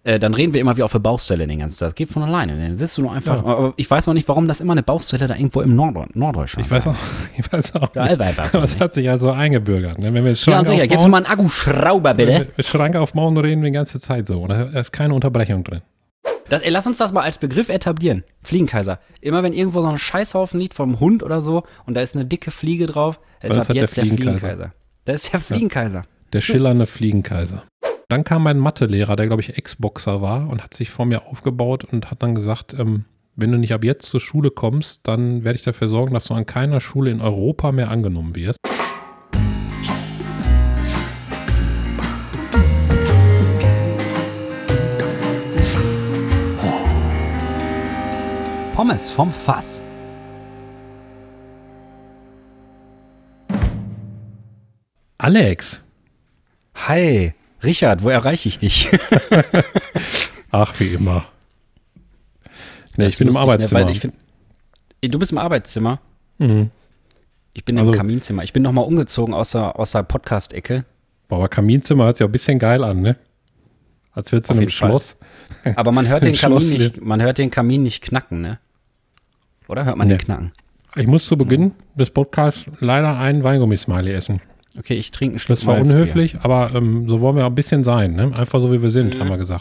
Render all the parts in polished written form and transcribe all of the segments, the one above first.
dann reden wir immer wie auf der Baustelle den ganzen Tag. Das geht von alleine. Dann sitzt du nur einfach. Ja. Aber ich weiß noch nicht, warum das immer eine Baustelle da irgendwo im Norddeutschland ist. Ich weiß auch nicht. Aber es hat sich also eingebürgert. Ne? Wenn wir jetzt Schrank aufbauen, gibst du mal einen Akkuschrauber, bitte? Mit Schrank aufbauen reden wir die ganze Zeit so. Da ist keine Unterbrechung drin. Lass uns das mal als Begriff etablieren. Fliegenkaiser. Immer wenn irgendwo so ein Scheißhaufen liegt vom Hund oder so und da ist eine dicke Fliege drauf, ist ab jetzt der Fliegenkaiser. Das ist der Fliegenkaiser. Der schillernde Fliegenkaiser. Dann kam mein Mathelehrer, der, glaube ich, Ex-Boxer war und hat sich vor mir aufgebaut und hat dann gesagt, wenn du nicht ab jetzt zur Schule kommst, dann werde ich dafür sorgen, dass du an keiner Schule in Europa mehr angenommen wirst. Pommes vom Fass. Alex. Hi. Richard, wo erreiche ich dich? Ach, wie immer. Nee, ich bin im Arbeitszimmer. Du bist im Arbeitszimmer? Mhm. Ich bin im Kaminzimmer. Ich bin nochmal umgezogen aus der Podcast-Ecke. Boah, aber Kaminzimmer hört sich auch ein bisschen geil an, ne? Als würdest du in einem Schloss. Aber man hört den Kamin nicht knacken, ne? Oder hört man den knacken? Ich muss zu Beginn des Podcasts leider einen Weingummi-Smiley essen. Okay, ich trinke einen Schluck. Das war unhöflich, aber so wollen wir auch ein bisschen sein, ne? Einfach so, wie wir sind, haben wir gesagt.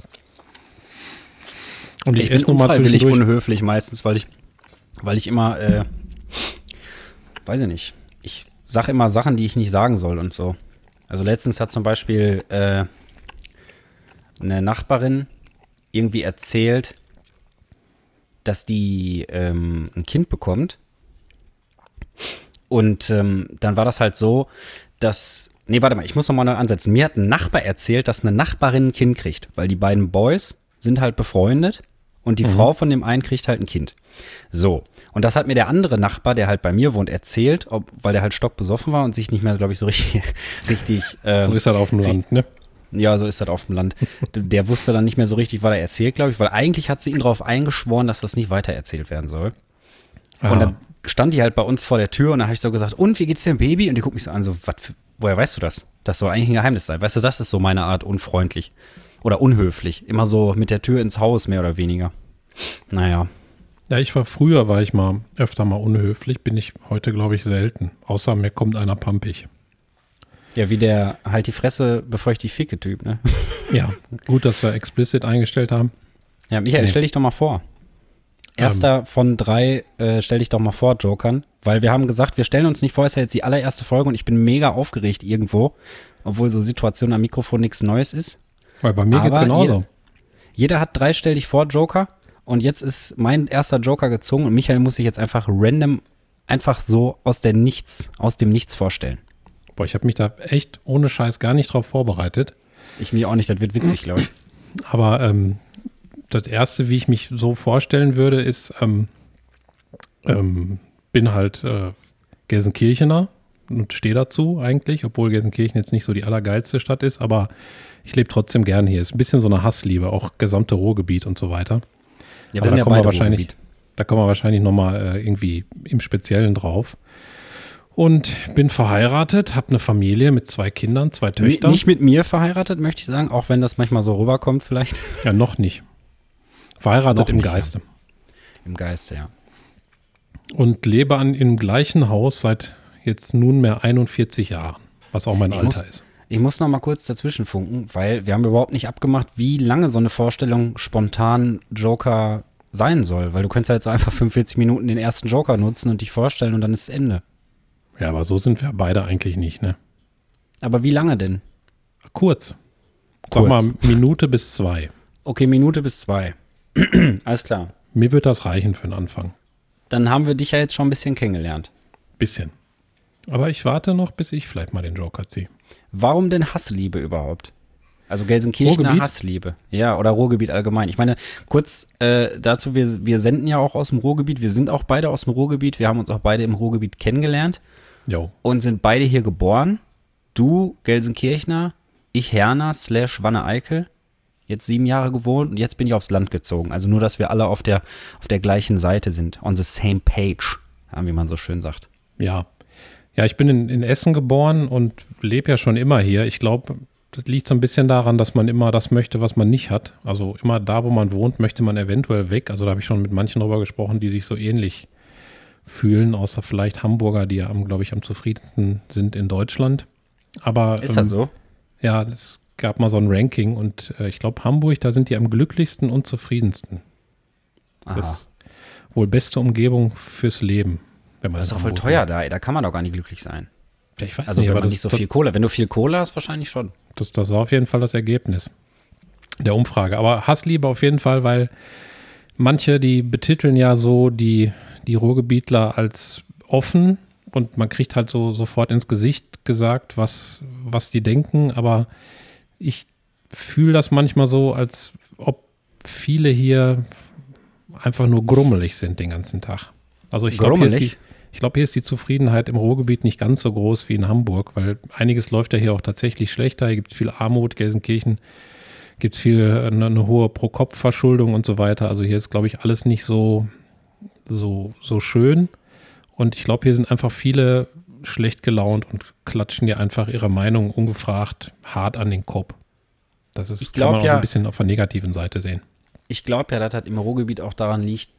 Und ich esse nun mal zwischendurch. Ich bin unhöflich meistens, weil ich immer, weiß ich nicht, ich sage immer Sachen, die ich nicht sagen soll und so. Also letztens hat zum Beispiel eine Nachbarin irgendwie erzählt, dass die ein Kind bekommt. Und dann war das halt so, ich muss nochmal neu ansetzen. Mir hat ein Nachbar erzählt, dass eine Nachbarin ein Kind kriegt, weil die beiden Boys sind halt befreundet und die Frau von dem einen kriegt halt ein Kind. So, und das hat mir der andere Nachbar, der halt bei mir wohnt, erzählt, weil der halt stockbesoffen war und sich nicht mehr, glaube ich, so richtig so ist das auf dem Land, ne? Ja, so ist das auf dem Land. Der wusste dann nicht mehr so richtig, was er erzählt, glaube ich, weil eigentlich hat sie ihn darauf eingeschworen, dass das nicht weitererzählt werden soll. Aha. Und dann stand die halt bei uns vor der Tür und dann habe ich so gesagt, und, wie geht's dem Baby? Und die guckt mich so an, so, woher weißt du das? Das soll eigentlich ein Geheimnis sein. Weißt du, das ist so meine Art unfreundlich oder unhöflich. Immer so mit der Tür ins Haus, mehr oder weniger. Naja. Ja, früher war ich mal öfter mal unhöflich, bin ich heute, glaube ich, selten. Außer mir kommt einer pampig. Ja, wie der halt die Fresse, bevor ich die ficke Typ, ne? Ja, gut, dass wir explicit eingestellt haben. Ja, Michael, stell dich doch mal vor. Erster von 3, stell dich doch mal vor, Jokern. Weil wir haben gesagt, wir stellen uns nicht vor, es ist ja jetzt die allererste Folge und ich bin mega aufgeregt irgendwo. Obwohl so Situation am Mikrofon nichts Neues ist. Weil bei mir geht's genauso. Jeder hat 3 stell dich vor, Joker. Und jetzt ist mein erster Joker gezogen und Michael muss sich jetzt einfach random, einfach so aus dem Nichts vorstellen. Boah, ich habe mich da echt ohne Scheiß gar nicht drauf vorbereitet. Ich mir auch nicht, das wird witzig, glaube ich. Aber das Erste, wie ich mich so vorstellen würde, ist, bin halt Gelsenkirchener und stehe dazu eigentlich, obwohl Gelsenkirchen jetzt nicht so die allergeilste Stadt ist, aber ich lebe trotzdem gern hier. Ist ein bisschen so eine Hassliebe, auch gesamte Ruhrgebiet und so weiter. Ja, wir sind ja beide Ruhrgebiet. Da kommen wir wahrscheinlich nochmal irgendwie im Speziellen drauf. Und bin verheiratet, habe eine Familie mit 2 Kindern, 2 Töchter. Nicht mit mir verheiratet, möchte ich sagen, auch wenn das manchmal so rüberkommt vielleicht. Ja, noch nicht. Verheiratet noch im Geiste. Ja. Im Geiste, ja. Und lebe im gleichen Haus seit jetzt nunmehr 41 Jahren, was auch mein Alter ist. Ich muss noch mal kurz dazwischen funken, weil wir haben überhaupt nicht abgemacht, wie lange so eine Vorstellung spontan Joker sein soll. Weil du könntest ja jetzt einfach 45 Minuten den ersten Joker nutzen und dich vorstellen und dann ist Ende. Ja, aber so sind wir beide eigentlich nicht, ne? Aber wie lange denn? Kurz. Sag mal, Minute bis 2. Okay, Minute bis 2. Alles klar. Mir wird das reichen für den Anfang. Dann haben wir dich ja jetzt schon ein bisschen kennengelernt. Bisschen. Aber ich warte noch, bis ich vielleicht mal den Joker ziehe. Warum denn Hassliebe überhaupt? Also Gelsenkirchener Ruhrgebiet? Hassliebe. Ja, oder Ruhrgebiet allgemein. Ich meine, kurz dazu, wir senden ja auch aus dem Ruhrgebiet. Wir sind auch beide aus dem Ruhrgebiet. Wir haben uns auch beide im Ruhrgebiet kennengelernt. Jo. Und sind beide hier geboren. Du Gelsenkirchener, ich Herner / Wanne-Eickel. Jetzt 7 Jahre gewohnt und jetzt bin ich aufs Land gezogen. Also nur, dass wir alle auf der gleichen Seite sind. On the same page, wie man so schön sagt. Ja. Ja, ich bin in Essen geboren und lebe ja schon immer hier. Ich glaube, Das liegt so ein bisschen daran, dass man immer das möchte, was man nicht hat. Also immer da, wo man wohnt, möchte man eventuell weg. Also da habe ich schon mit manchen drüber gesprochen, die sich so ähnlich fühlen, außer vielleicht Hamburger, die ja, glaube ich, am zufriedensten sind in Deutschland. Aber Ist das so? ja, es gab mal so ein Ranking und ich glaube, Hamburg, da sind die am glücklichsten und zufriedensten. Aha. Das ist wohl beste Umgebung fürs Leben. Wenn man Das ist doch in voll Hamburg teuer wohnt. da, ey. Da kann man doch gar nicht glücklich sein. Ja, ich weiß Also nicht, wenn aber man nicht so viel Kohle. Wenn du viel Kohle hast, wahrscheinlich schon. das war auf jeden Fall das Ergebnis der Umfrage. Aber Hassliebe auf jeden Fall, weil manche, die betiteln ja so die Ruhrgebietler als offen und man kriegt halt so sofort ins Gesicht gesagt, was die denken. Aber ich fühle das manchmal so, als ob viele hier einfach nur grummelig sind den ganzen Tag. Also ich glaube, hier ist die Zufriedenheit im Ruhrgebiet nicht ganz so groß wie in Hamburg, weil einiges läuft ja hier auch tatsächlich schlechter. Hier gibt es viel Armut, Gelsenkirchen gibt es viel eine hohe Pro-Kopf-Verschuldung und so weiter. Also hier ist, glaube ich, alles nicht so schön. Und ich glaube, hier sind einfach viele schlecht gelaunt und klatschen dir einfach ihre Meinung ungefragt hart an den Kopf. Das kann man auch so ein bisschen auf der negativen Seite sehen. Ich glaube ja, dass das im Ruhrgebiet auch daran liegt,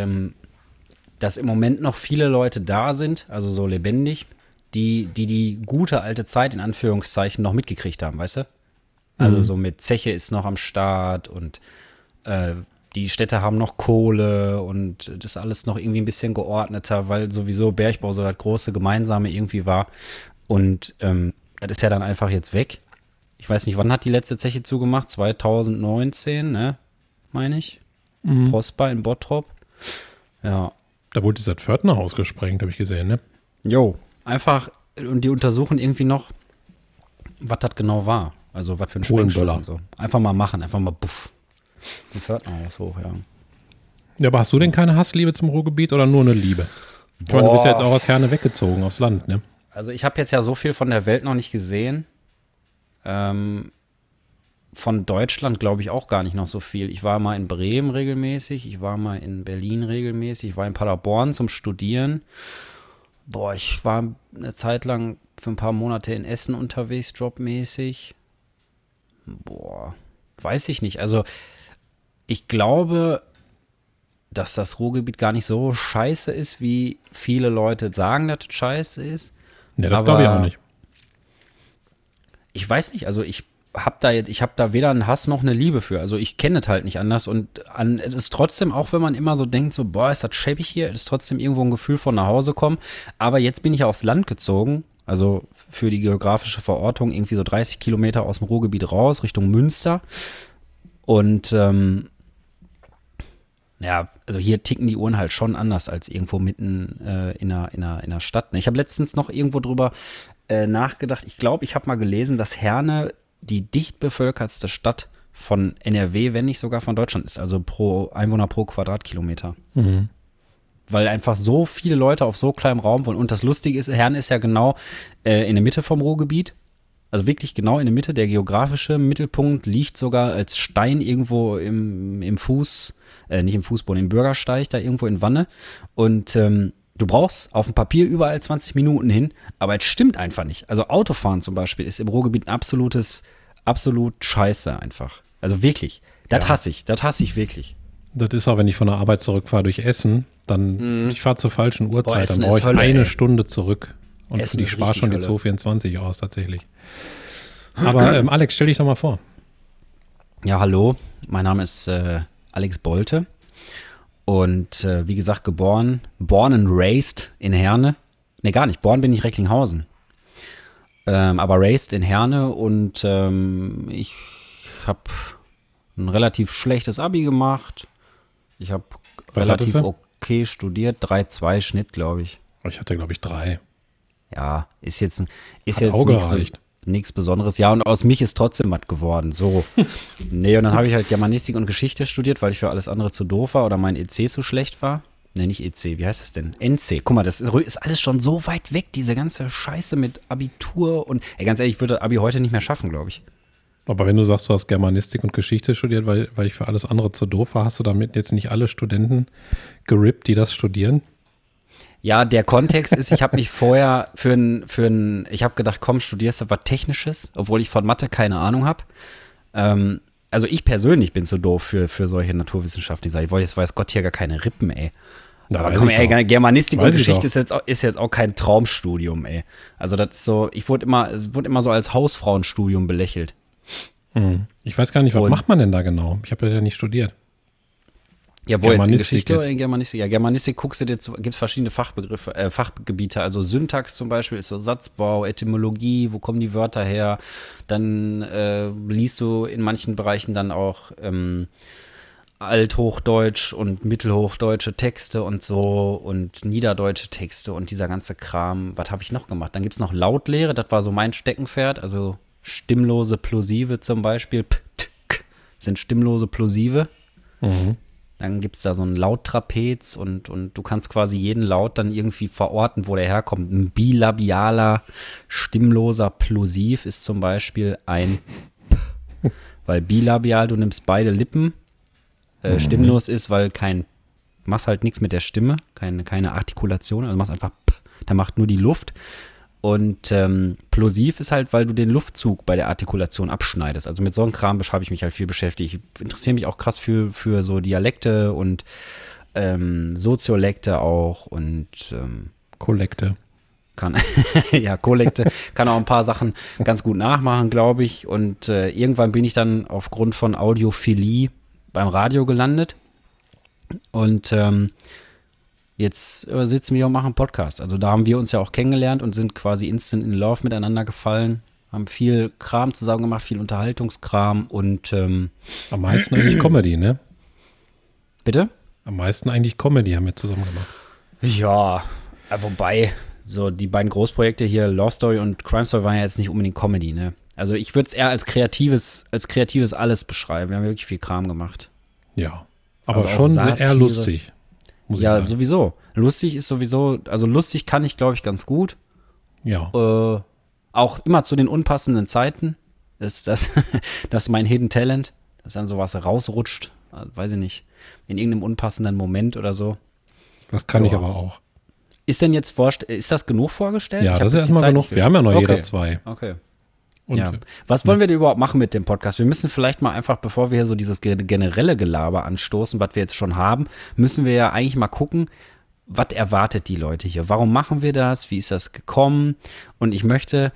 dass im Moment noch viele Leute da sind, also so lebendig, die gute alte Zeit in Anführungszeichen noch mitgekriegt haben, weißt du? Also so mit Zeche ist noch am Start und die Städte haben noch Kohle und das ist alles noch irgendwie ein bisschen geordneter, weil sowieso Bergbau so das große Gemeinsame irgendwie war. Und das ist ja dann einfach jetzt weg. Ich weiß nicht, wann hat die letzte Zeche zugemacht? 2019, ne? Meine ich. Prosper in Bottrop. Ja. Da wurde das Pförtnerhaus gesprengt, habe ich gesehen, ne? Jo, einfach, und die untersuchen irgendwie noch, was das genau war. Also was für ein Sprengstoff und so. Einfach mal machen, einfach mal buff. Ein Pförtnerhaus hoch, ja. Ja, aber hast du denn keine Hassliebe zum Ruhrgebiet oder nur eine Liebe? Ich meine, du bist ja jetzt auch aus Herne weggezogen, aufs Land, ne? Also ich habe jetzt ja so viel von der Welt noch nicht gesehen. Von Deutschland glaube ich auch gar nicht noch so viel. Ich war mal in Bremen regelmäßig, ich war mal in Berlin regelmäßig, ich war in Paderborn zum Studieren. Ich war eine Zeit lang für ein paar Monate in Essen unterwegs, jobmäßig. Weiß ich nicht. Also ich glaube, dass das Ruhrgebiet gar nicht so scheiße ist, wie viele Leute sagen, dass es scheiße ist. Ja, das glaube ich auch nicht. Ich weiß nicht, also ich habe da weder einen Hass noch eine Liebe für. Also ich kenne es halt nicht anders und es ist trotzdem, auch wenn man immer so denkt, so ist das schäbig hier, es ist trotzdem irgendwo ein Gefühl von nach Hause kommen. Aber jetzt bin ich ja aufs Land gezogen, also für die geografische Verortung irgendwie so 30 Kilometer aus dem Ruhrgebiet raus, Richtung Münster. Und also hier ticken die Uhren halt schon anders als irgendwo mitten in einer Stadt. Ich habe letztens noch irgendwo drüber nachgedacht. Ich glaube, ich habe mal gelesen, dass Herne die dicht bevölkertste Stadt von NRW, wenn nicht sogar von Deutschland ist, also pro Einwohner pro Quadratkilometer. Mhm. Weil einfach so viele Leute auf so kleinem Raum wohnen. Und das Lustige ist, Herne ist ja genau in der Mitte vom Ruhrgebiet. Also wirklich genau in der Mitte. Der geografische Mittelpunkt liegt sogar als Stein irgendwo im nicht im Fußboden, im Bürgersteig, da irgendwo in Wanne. Und du brauchst auf dem Papier überall 20 Minuten hin, aber es stimmt einfach nicht. Also Autofahren zum Beispiel ist im Ruhrgebiet ein absolut scheiße einfach. Also wirklich. Das hasse ich wirklich. Das ist auch, wenn ich von der Arbeit zurückfahre durch Essen, dann ich fahre zur falschen Uhrzeit, dann brauche ich Hölle, eine Stunde zurück. Und Essen ich spare schon die Hölle. 224 aus, tatsächlich. Aber Alex, stell dich doch mal vor. Ja, hallo. Mein Name ist Alex Bolte. Und wie gesagt, born and raised in Herne. Ne, gar nicht. Born bin ich Recklinghausen. Aber raised in Herne und ich habe ein relativ schlechtes Abi gemacht. Ich habe relativ okay studiert. 3,2 Schnitt, glaube ich. Ich hatte, glaube ich, 3. Ja, ist jetzt nichts Besonderes. Ja, und aus mich ist trotzdem was geworden. So. Nee, und dann habe ich halt Germanistik und Geschichte studiert, weil ich für alles andere zu doof war oder mein EC zu schlecht war. Nee, nicht EC, wie heißt das denn? NC. Guck mal, das ist alles schon so weit weg, diese ganze Scheiße mit Abitur und, ganz ehrlich, ich würde das Abi heute nicht mehr schaffen, glaube ich. Aber wenn du sagst, du hast Germanistik und Geschichte studiert, weil ich für alles andere zu doof war, hast du damit jetzt nicht alle Studenten gerippt, die das studieren? Ja, der Kontext ist, ich habe mich vorher ich habe gedacht, komm, studierst du was Technisches, obwohl ich von Mathe keine Ahnung habe. Also ich persönlich bin so doof für solche Naturwissenschaften. Ich wollte jetzt, weiß Gott, hier gar keine Rippen, ey. Ja, aber komm, ey, Germanistik und Geschichte ist ist jetzt auch kein Traumstudium, ey. Also das ist so, es wurde immer so als Hausfrauenstudium belächelt. Ich weiß gar nicht, was macht man denn da genau? Ich habe das ja nicht studiert. Ja, wo jetzt in Geschichte oder in Germanistik? Ja, Germanistik guckst du dir, gibt es verschiedene Fachgebiete, also Syntax zum Beispiel ist so Satzbau, Etymologie, wo kommen die Wörter her? Dann liest du in manchen Bereichen dann auch Althochdeutsch und Mittelhochdeutsche Texte und so und niederdeutsche Texte und dieser ganze Kram. Was habe ich noch gemacht? Dann gibt es noch Lautlehre, das war so mein Steckenpferd, also stimmlose Plosive zum Beispiel, p, t, k, sind stimmlose Plosive. Dann gibt es da so ein Lauttrapez und du kannst quasi jeden Laut dann irgendwie verorten, wo der herkommt. Ein bilabialer, stimmloser Plosiv ist zum Beispiel ein P. Weil bilabial, du nimmst beide Lippen. Stimmlos ist, weil machst halt nichts mit der Stimme, keine Artikulation, also machst einfach P, da macht nur die Luft. Und plosiv ist halt, weil du den Luftzug bei der Artikulation abschneidest. Also mit so einem Kram habe ich mich halt viel beschäftigt. Ich interessiere mich auch krass für so Dialekte und Soziolekte auch und Kollekte. Kollekte. Kann auch ein paar Sachen ganz gut nachmachen, glaube ich. Und irgendwann bin ich dann aufgrund von Audiophilie beim Radio gelandet. Und jetzt sitzen wir und machen einen Podcast. Also da haben wir uns ja auch kennengelernt und sind quasi instant in Love miteinander gefallen. Haben viel Kram zusammen gemacht, viel Unterhaltungskram und am meisten eigentlich Comedy, ne? Bitte? Am meisten eigentlich Comedy haben wir zusammen gemacht. Ja, wobei, so die beiden Großprojekte hier, Love Story und Crime Story, waren ja jetzt nicht unbedingt Comedy, ne? Also ich würde es eher als kreatives alles beschreiben. Wir haben wirklich viel Kram gemacht. Ja, aber also schon eher lustig. Ja, sowieso. Lustig ist sowieso, also lustig kann ich, glaube ich, ganz gut. Ja. Auch immer zu den unpassenden Zeiten. Das ist mein Hidden Talent, dass dann sowas rausrutscht, weiß ich nicht, in irgendeinem unpassenden Moment oder so. Das kann ich aber auch. Ist das genug vorgestellt? Ja, das ist erstmal genug. Wir haben ja noch jeder zwei. Okay. Und ja. Was wollen wir denn überhaupt machen mit dem Podcast? Wir müssen vielleicht mal einfach, bevor wir hier so dieses generelle Gelaber anstoßen, was wir jetzt schon haben, müssen wir ja eigentlich mal gucken, was erwartet die Leute hier? Warum machen wir das? Wie ist das gekommen? Und ich möchte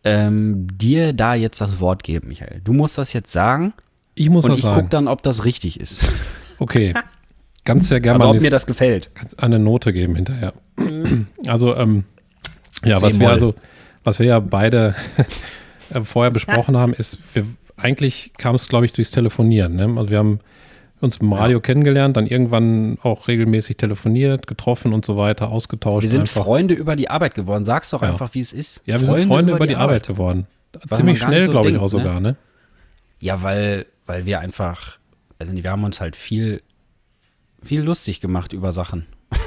dir da jetzt das Wort geben, Michael. Du musst das jetzt sagen. Ich muss das sagen. Und ich gucke dann, ob das richtig ist. Okay. Ganz sehr gerne. Also ob mir das gefällt. Kannst eine Note geben hinterher. Also, ja, was wir ja beide vorher besprochen haben, ist, eigentlich kam es, glaube ich, durchs Telefonieren. Ne? Also wir haben uns im Radio kennengelernt, dann irgendwann auch regelmäßig telefoniert, getroffen und so weiter, ausgetauscht. Wir sind Freunde über die Arbeit geworden. Sag's doch einfach, wie es ist. Ja, wir sind Freunde über die Arbeit geworden. Ziemlich schnell, so glaube ich, auch sogar, ne? Ja, weil wir einfach, also wir haben uns halt viel lustig gemacht über Sachen.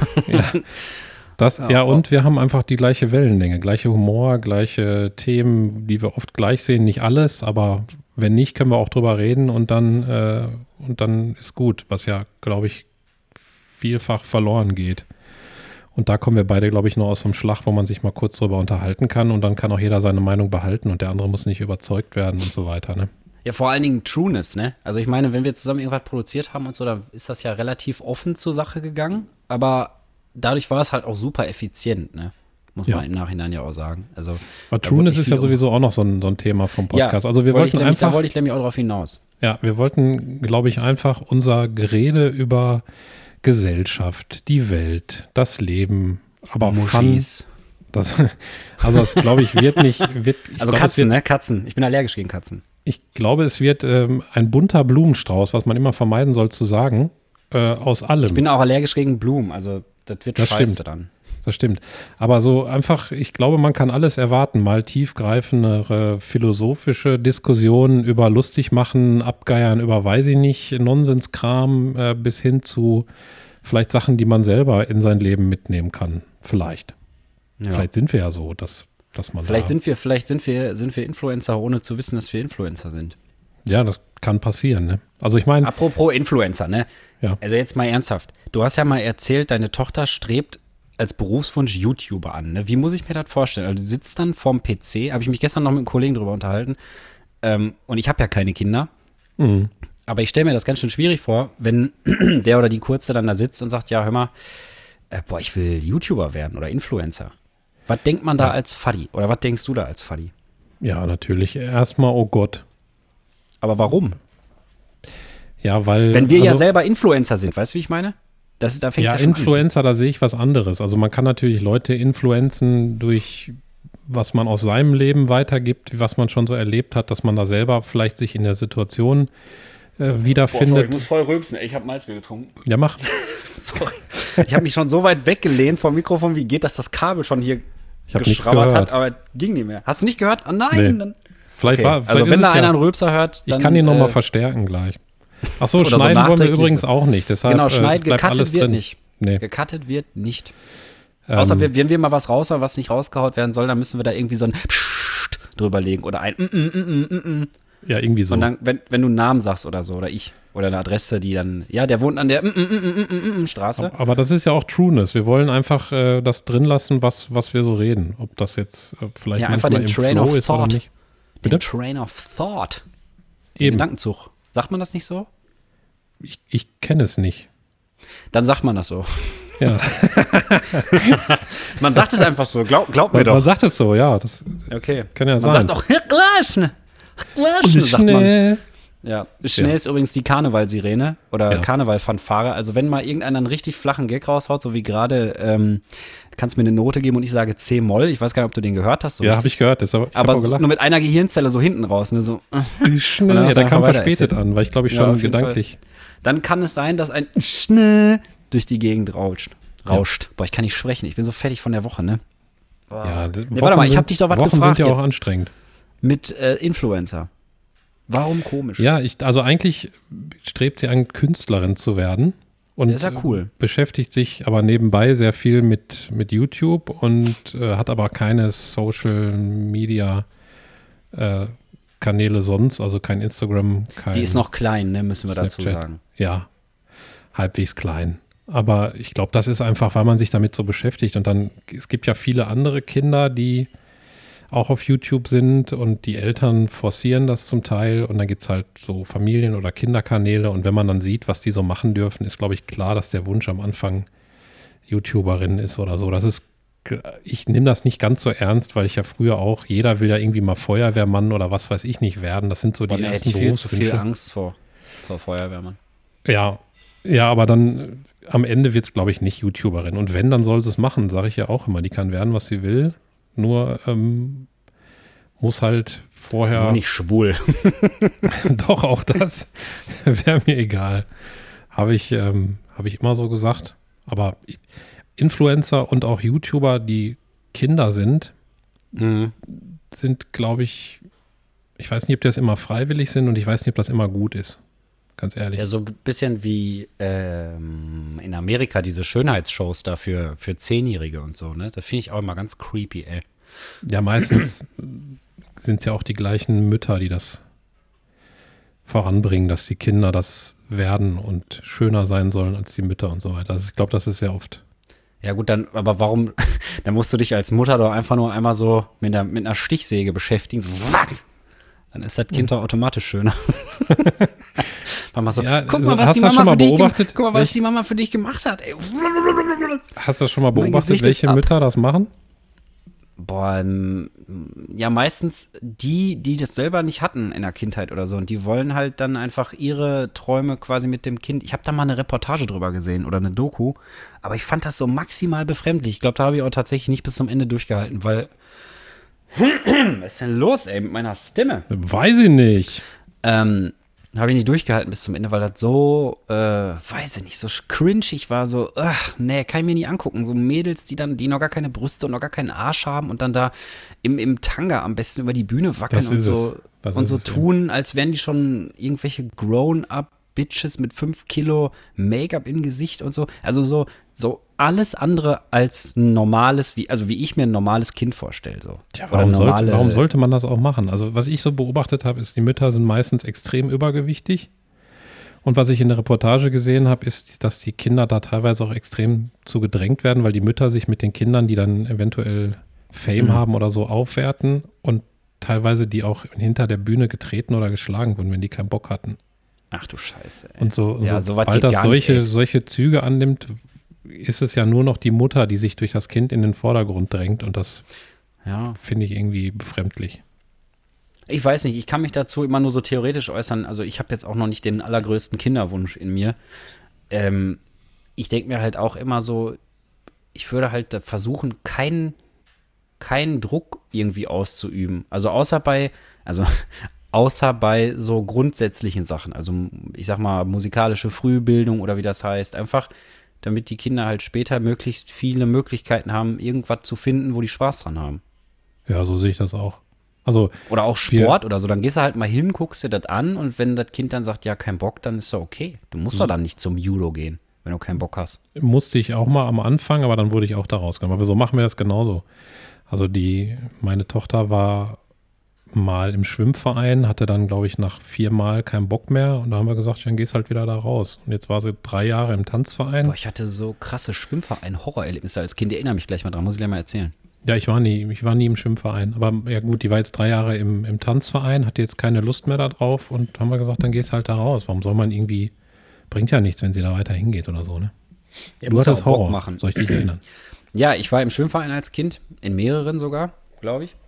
Ja. Und wir haben einfach die gleiche Wellenlänge, gleiche Humor, gleiche Themen, die wir oft gleich sehen. Nicht alles, aber wenn nicht, können wir auch drüber reden und dann ist gut, was ja, glaube ich, vielfach verloren geht. Und da kommen wir beide, glaube ich, noch aus einem Schlag, wo man sich mal kurz drüber unterhalten kann und dann kann auch jeder seine Meinung behalten und der andere muss nicht überzeugt werden und so weiter, ne? Ja, vor allen Dingen Trueness, ne? Also ich meine, wenn wir zusammen irgendwas produziert haben und so, dann ist das ja relativ offen zur Sache gegangen, aber dadurch war es halt auch super effizient, ne? Muss man im Nachhinein ja auch sagen. Also, aber Trueness ist ja sowieso auch noch so ein Thema vom Podcast. Ja, also da wollte ich nämlich auch drauf hinaus. Ja, wir wollten, glaube ich, einfach unser Gerede über Gesellschaft, die Welt, das Leben, aber Moschis. Fun. Das glaube ich, wird nicht. Also Katzen, ne? Katzen. Ich bin allergisch gegen Katzen. Ich glaube, es wird ein bunter Blumenstrauß, was man immer vermeiden soll zu sagen, aus allem. Ich bin auch allergisch gegen Blumen, also das wird scheiße dann. Das stimmt. Aber so einfach, ich glaube, man kann alles erwarten. Mal tiefgreifendere philosophische Diskussionen über lustig machen, abgeiern über, weiß ich nicht, Nonsenskram bis hin zu vielleicht Sachen, die man selber in sein Leben mitnehmen kann. Vielleicht. Ja. Vielleicht sind wir ja so, dass man vielleicht sind wir Influencer, ohne zu wissen, dass wir Influencer sind. Ja, das kann passieren, ne? Also ich meine. Apropos Influencer, ne? Ja. Also jetzt mal ernsthaft. Du hast ja mal erzählt, deine Tochter strebt als Berufswunsch YouTuber an. Ne? Wie muss ich mir das vorstellen? Also du sitzt dann vorm PC, habe ich mich gestern noch mit einem Kollegen drüber unterhalten, und ich habe ja keine Kinder, aber ich stelle mir das ganz schön schwierig vor, wenn der oder die Kurze dann da sitzt und sagt, ja, hör mal, ich will YouTuber werden oder Influencer. Was denkt man da als Faddy? Oder was denkst du da als Faddy? Ja, natürlich. Erstmal, oh Gott. Aber warum? Ja, weil. Wenn wir ja selber Influencer sind, weißt du, wie ich meine? Da fängt's ja schon Influencer, da sehe ich was anderes. Also man kann natürlich Leute influenzen durch, was man aus seinem Leben weitergibt, was man schon so erlebt hat, dass man da selber vielleicht sich in der Situation wiederfindet. Sorry, ich muss voll rülpsen. Ich habe Malzbier getrunken. Ja, mach. Sorry. Ich habe mich schon so weit weggelehnt vom Mikrofon, wie geht, dass das Kabel schon hier geschrabbert hat, aber ging nicht mehr. Hast du nicht gehört? Oh nein! Nee. Dann Vielleicht also wenn da einer einen Rülpser hört, dann, ich kann ihn nochmal verstärken gleich. Ach so, Oder schneiden so wollen wir übrigens auch nicht. Deshalb, genau, schneiden, bleibt gecuttet alles wird drin. nicht. Nee. Gecuttet wird nicht. Außer wenn wir mal was raushauen, was nicht rausgehaut werden soll, dann müssen wir da irgendwie so ein Psst drüber legen oder ein Ja, irgendwie so. Und dann, wenn du einen Namen sagst oder so, oder ich, oder eine Adresse, die dann, ja, der wohnt an der Straße. Aber das ist ja auch Trueness. Wir wollen einfach das drin lassen, was wir so reden. Ob das jetzt vielleicht einfach manchmal den im Train Flow of ist oder Thought. nicht. Bitte? Den Train of Thought. Den Eben. Gedankenzug. Sagt man das nicht so? Ich kenne es nicht. Dann sagt man das so. Ja. Man sagt es einfach so. Glaub mir doch. Man sagt es so, ja. Das Okay. kann ja Man sein. sagt auch, sagt man. Ja, schnell ist übrigens die Karnevalsirene oder Karnevalfanfare. Also wenn mal irgendeiner einen richtig flachen Gag raushaut, so wie gerade, kannst mir eine Note geben und ich sage C-Moll. Ich weiß gar nicht, ob du den gehört hast. So ja, habe ich gehört. aber nur mit einer Gehirnzelle so hinten raus. Ne, so. Ja, der kam verspätet an, weil ich glaube ich schon gedanklich. Dann kann es sein, dass ein Schnell durch die Gegend rauscht. Ja. Boah, ich kann nicht sprechen. Ich bin so fertig von der Woche, ne? Boah. Ja, warte mal, ich habe dich doch was Wochen gefragt. Sind ja auch jetzt. Anstrengend. Mit Influencer. Warum komisch? Ja, also eigentlich strebt sie an, Künstlerin zu werden. Und das ist ja cool. Beschäftigt sich aber nebenbei sehr viel mit YouTube und hat aber keine Social Media Kanäle sonst, also kein Instagram, kein Die ist noch klein, ne, müssen wir Snapchat. dazu sagen. Ja, halbwegs klein. Aber ich glaube, das ist einfach, weil man sich damit so beschäftigt. Und dann, es gibt ja viele andere Kinder, die auch auf YouTube sind und die Eltern forcieren das zum Teil. Und dann gibt es halt so Familien- oder Kinderkanäle. Und wenn man dann sieht, was die so machen dürfen, ist, glaube ich, klar, dass der Wunsch am Anfang YouTuberin ist oder so. Das ist, ich nehme das nicht ganz so ernst, weil ich ja früher auch, jeder will ja irgendwie mal Feuerwehrmann oder was weiß ich nicht werden. Das sind so die ersten Berufswünsche. Ich viel zu viel Berufswünsche. Angst vor Feuerwehrmann. Ja, aber dann am Ende wird es, glaube ich, nicht YouTuberin. Und wenn, dann soll sie es machen, sage ich ja auch immer. Die kann werden, was sie will. Nur muss halt vorher. Nur nicht schwul. Doch, auch das wäre mir egal. Habe ich immer so gesagt. Aber Influencer und auch YouTuber, die Kinder sind, sind, glaube ich weiß nicht, ob das immer freiwillig sind und ich weiß nicht, ob das immer gut ist. Ganz ehrlich. Ja, so ein bisschen wie in Amerika diese Schönheitsshows da für 10-Jährige und so, ne? Das finde ich auch immer ganz creepy, ey. Ja, meistens sind es ja auch die gleichen Mütter, die das voranbringen, dass die Kinder das werden und schöner sein sollen als die Mütter und so weiter. Also ich glaube, das ist sehr oft. Ja gut, aber warum, dann musst du dich als Mutter doch einfach nur einmal so mit einer Stichsäge beschäftigen, so dann ist das Kind doch automatisch schöner. Mama so, Ja, guck mal, hast was du das schon mal beobachtet? Guck mal, was die Mama für dich gemacht hat, ey. Hast du das schon mal Mein beobachtet, Gesicht ist welche ab. Mütter das machen? Boah, ja, meistens die das selber nicht hatten in der Kindheit oder so. Und die wollen halt dann einfach ihre Träume quasi mit dem Kind. Ich habe da mal eine Reportage drüber gesehen oder eine Doku. Aber ich fand das so maximal befremdlich. Ich glaube, da habe ich auch tatsächlich nicht bis zum Ende durchgehalten, weil was ist denn los, ey, mit meiner Stimme? Weiß ich nicht. Habe ich nicht durchgehalten bis zum Ende, weil das so, weiß ich nicht, so cringig war, so, nee, kann ich mir nie angucken. So Mädels, die noch gar keine Brüste und noch gar keinen Arsch haben und dann da im Tanga am besten über die Bühne wackeln und so tun, als wären die schon irgendwelche Grown-up-Bitches mit 5 Kilo Make-up im Gesicht und so. Also so alles andere als ein normales, wie ich mir ein normales Kind vorstelle. So. Ja, warum sollte man das auch machen? Also was ich so beobachtet habe, ist, die Mütter sind meistens extrem übergewichtig Und was ich in der Reportage gesehen habe, ist, dass die Kinder da teilweise auch extrem zu gedrängt werden, weil die Mütter sich mit den Kindern, die dann eventuell Fame haben oder so, aufwerten und teilweise die auch hinter der Bühne getreten oder geschlagen wurden, wenn die keinen Bock hatten. Ach du Scheiße, ey. Und sobald das solche Züge annimmt, ist es ja nur noch die Mutter, die sich durch das Kind in den Vordergrund drängt und das finde ich irgendwie befremdlich. Ich weiß nicht, ich kann mich dazu immer nur so theoretisch äußern. Also ich habe jetzt auch noch nicht den allergrößten Kinderwunsch in mir. Ich denke mir halt auch immer so, ich würde halt versuchen, keinen Druck irgendwie auszuüben. Also außer bei so grundsätzlichen Sachen. Also ich sag mal musikalische Frühbildung oder wie das heißt. Einfach, damit die Kinder halt später möglichst viele Möglichkeiten haben, irgendwas zu finden, wo die Spaß dran haben. Ja, so sehe ich das auch. Also, oder auch Sport oder so, dann gehst du halt mal hin, guckst dir das an und wenn das Kind dann sagt, ja, kein Bock, dann ist doch okay. Du musst doch dann nicht zum Judo gehen, wenn du keinen Bock hast. Musste ich auch mal am Anfang, aber dann wurde ich auch da rausgenommen. Aber so machen wir das genauso. Also meine Tochter war mal im Schwimmverein, hatte dann, glaube ich, nach 4 Mal keinen Bock mehr und da haben wir gesagt, dann gehst halt wieder da raus. Und jetzt war sie 3 Jahre im Tanzverein. Boah, ich hatte so krasse Schwimmverein-Horrorerlebnisse als Kind, erinnere mich gleich mal dran, muss ich gleich mal erzählen. Ja, ich war nie im Schwimmverein. Aber ja gut, die war jetzt 3 Jahre im Tanzverein, hatte jetzt keine Lust mehr da drauf und haben wir gesagt, dann gehst halt da raus. Warum soll man irgendwie, bringt ja nichts, wenn sie da weiter hingeht oder so, ne? Ja, du hattest Horror machen. Soll ich dich erinnern? Ja, ich war im Schwimmverein als Kind, in mehreren sogar, glaube ich.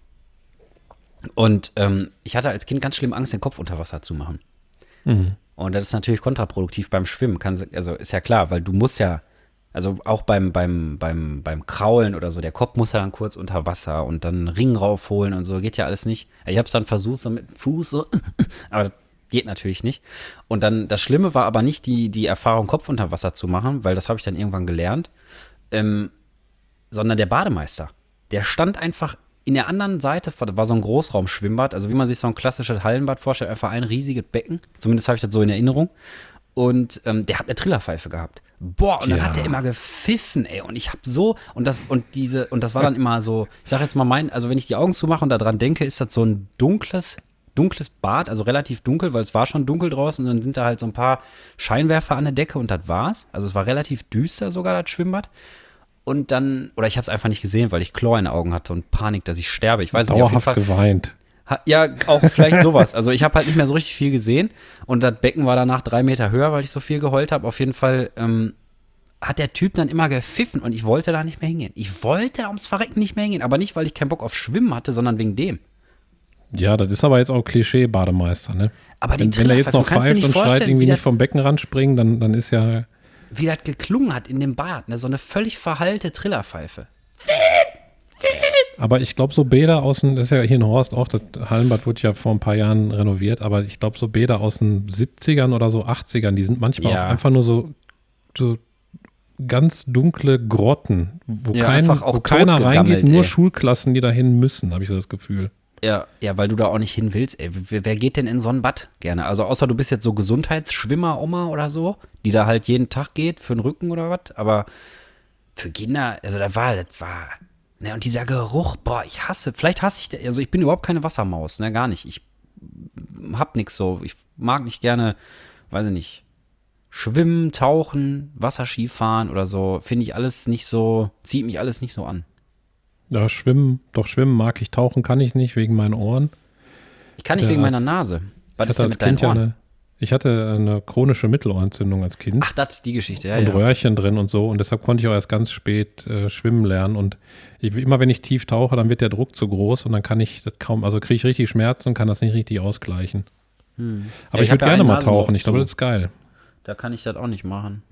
Und ich hatte als Kind ganz schlimm Angst, den Kopf unter Wasser zu machen. Mhm. Und das ist natürlich kontraproduktiv beim Schwimmen. Also ist ja klar, weil du musst ja, also auch beim Kraulen oder so, der Kopf muss ja dann kurz unter Wasser und dann einen Ring raufholen und so, geht ja alles nicht. Ich habe es dann versucht, so mit dem Fuß so, aber das geht natürlich nicht. Und dann, das Schlimme war aber nicht die Erfahrung, Kopf unter Wasser zu machen, weil das habe ich dann irgendwann gelernt, sondern der Bademeister. Der stand einfach in der anderen Seite, war so ein Großraumschwimmbad, also wie man sich so ein klassisches Hallenbad vorstellt, einfach ein riesiges Becken, zumindest habe ich das so in Erinnerung. Und der hat eine Trillerpfeife gehabt. Boah, und dann hat der immer gepfiffen, ey. Und ich hab so, und das war dann immer so, ich sag jetzt mal also wenn ich die Augen zumache und da dran denke, ist das so ein dunkles Bad, also relativ dunkel, weil es war schon dunkel draußen und dann sind da halt so ein paar Scheinwerfer an der Decke und das war's. Also es war relativ düster sogar, das Schwimmbad. Und dann, oder ich hab's einfach nicht gesehen, weil ich Chlor in den Augen hatte und Panik, dass ich sterbe. Ich weiß nicht, auf jeden Fall. Geweint. Ja, auch vielleicht sowas. Also ich habe halt nicht mehr so richtig viel gesehen und das Becken war danach 3 Meter höher, weil ich so viel geheult habe. Auf jeden Fall hat der Typ dann immer gepfiffen und ich wollte da nicht mehr hingehen. Ich wollte da ums Verrecken nicht mehr hingehen, aber nicht, weil ich keinen Bock auf Schwimmen hatte, sondern wegen dem. Ja, das ist aber jetzt auch Klischee-Bademeister, ne? Aber wenn er jetzt noch pfeift und schreit, irgendwie nicht vom Beckenrand springen, dann ist ja... Wie das geklungen hat in dem Bad, ne? So eine völlig verhallte Trillerpfeife. Aber ich glaube, so Bäder das ist ja hier in Horst auch, das Hallenbad wurde ja vor ein paar Jahren renoviert, aber ich glaube, so Bäder aus den 70ern oder so 80ern, die sind manchmal auch einfach nur so ganz dunkle Grotten, wo keiner reingeht, nur Schulklassen, die dahin müssen, habe ich so das Gefühl. Ja, weil du da auch nicht hin willst, ey. Wer geht denn in so ein Bad gerne? Also außer du bist jetzt so Gesundheitsschwimmer-Oma oder so, die da halt jeden Tag geht für den Rücken oder was, aber für Kinder, also das war, ne, und dieser Geruch, boah, vielleicht hasse ich, also ich bin überhaupt keine Wassermaus, ne, gar nicht. Ich hab nix so, ich mag nicht gerne, weiß ich nicht, schwimmen, tauchen, Wasserski fahren oder so, finde ich alles nicht so, zieht mich alles nicht so an. Ja, schwimmen mag ich, tauchen kann ich nicht, wegen meinen Ohren. Ich kann nicht wegen meiner Nase. Was ist denn mit deinen Ohren? Ich hatte eine chronische Mittelohrentzündung als Kind. Ach, das, die Geschichte, ja. Und Röhrchen drin und so. Und deshalb konnte ich auch erst ganz spät schwimmen lernen. Und immer wenn ich tief tauche, dann wird der Druck zu groß und dann kann ich das kaum, also kriege ich richtig Schmerzen und kann das nicht richtig ausgleichen. Aber ich würde gerne mal tauchen. Ich glaube, das ist geil. Da kann ich das auch nicht machen.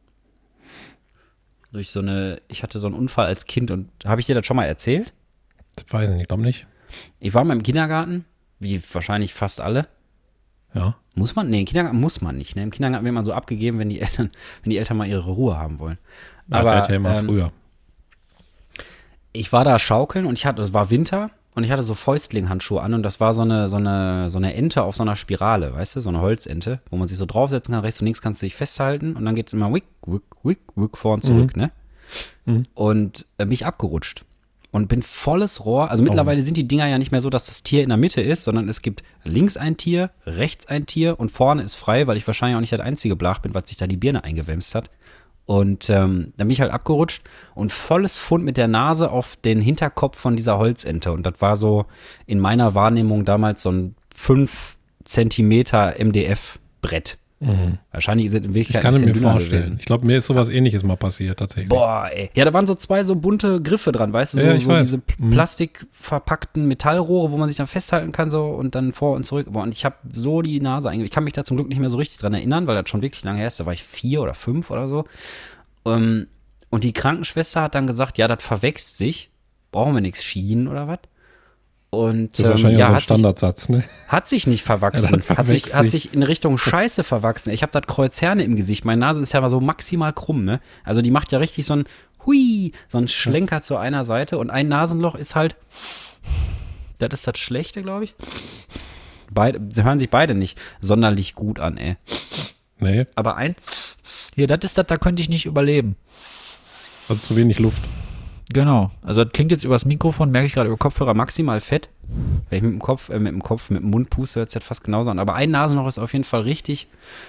Ich hatte so einen Unfall als Kind und habe ich dir das schon mal erzählt? Das weiß ich nicht, ich glaube nicht. Ich war mal im Kindergarten, wie wahrscheinlich fast alle. Ja. Muss man? Nee, im Kindergarten muss man nicht. Ne? Im Kindergarten wird man so abgegeben, wenn die Eltern mal ihre Ruhe haben wollen. Aber ja immer früher. Ich war da schaukeln und es war Winter und ich hatte so Fäustling-Handschuhe an und das war so eine Ente auf so einer Spirale, weißt du, so eine Holzente, wo man sich so draufsetzen kann, rechts und links kannst du dich festhalten und dann geht's immer wick, wick, wick, wick vor und zurück, ne? Mhm. Und bin ich abgerutscht. und bin volles Rohr. Also mittlerweile sind die Dinger ja nicht mehr so, dass das Tier in der Mitte ist, sondern es gibt links ein Tier, rechts ein Tier und vorne ist frei, weil ich wahrscheinlich auch nicht das einzige Blach bin, was sich da die Birne eingewämst hat. Und dann bin ich halt abgerutscht und volles Pfund mit der Nase auf den Hinterkopf von dieser Holzente. Und das war so in meiner Wahrnehmung damals so ein 5 Zentimeter MDF-Brett. Wahrscheinlich ist es in Wirklichkeit ich kann ein mir bisschen dünner vorstellen. gewesen. Ich glaube, mir ist sowas Ähnliches mal passiert, tatsächlich. Boah, ey. Ja, da waren so 2 so bunte Griffe dran, weißt du, so, Ja, ich so weiß. diese plastikverpackten Metallrohre, wo man sich dann festhalten kann so und dann vor und zurück. Boah, und ich habe so die Nase eingewickelt. Ich kann mich da zum Glück nicht mehr so richtig dran erinnern, weil das schon wirklich lange her ist. Da war ich 4 oder 5 oder so. Und die Krankenschwester hat dann gesagt, ja, das verwechselt sich. Brauchen wir nichts Schienen oder was? Und Das ist wahrscheinlich auch so ein hat Standardsatz, ne? hat sich nicht verwachsen. Ja, hat sich in Richtung Scheiße verwachsen. Ich habe das Kreuzherne im Gesicht. Meine Nase ist ja so maximal krumm, ne? Also die macht ja richtig so ein Schlenker zu einer Seite und ein Nasenloch ist halt, das ist das Schlechte, glaube ich. Sie hören sich beide nicht sonderlich gut an, ey. Nee, Aber hier, das ist das, da könnte ich nicht überleben. also zu wenig Luft. Genau. Also das klingt jetzt übers Mikrofon, merke ich gerade über Kopfhörer maximal fett. Wenn ich mit dem Mund puste, hört es jetzt fast genauso an. Aber ein Nasenloch ist auf jeden Fall richtig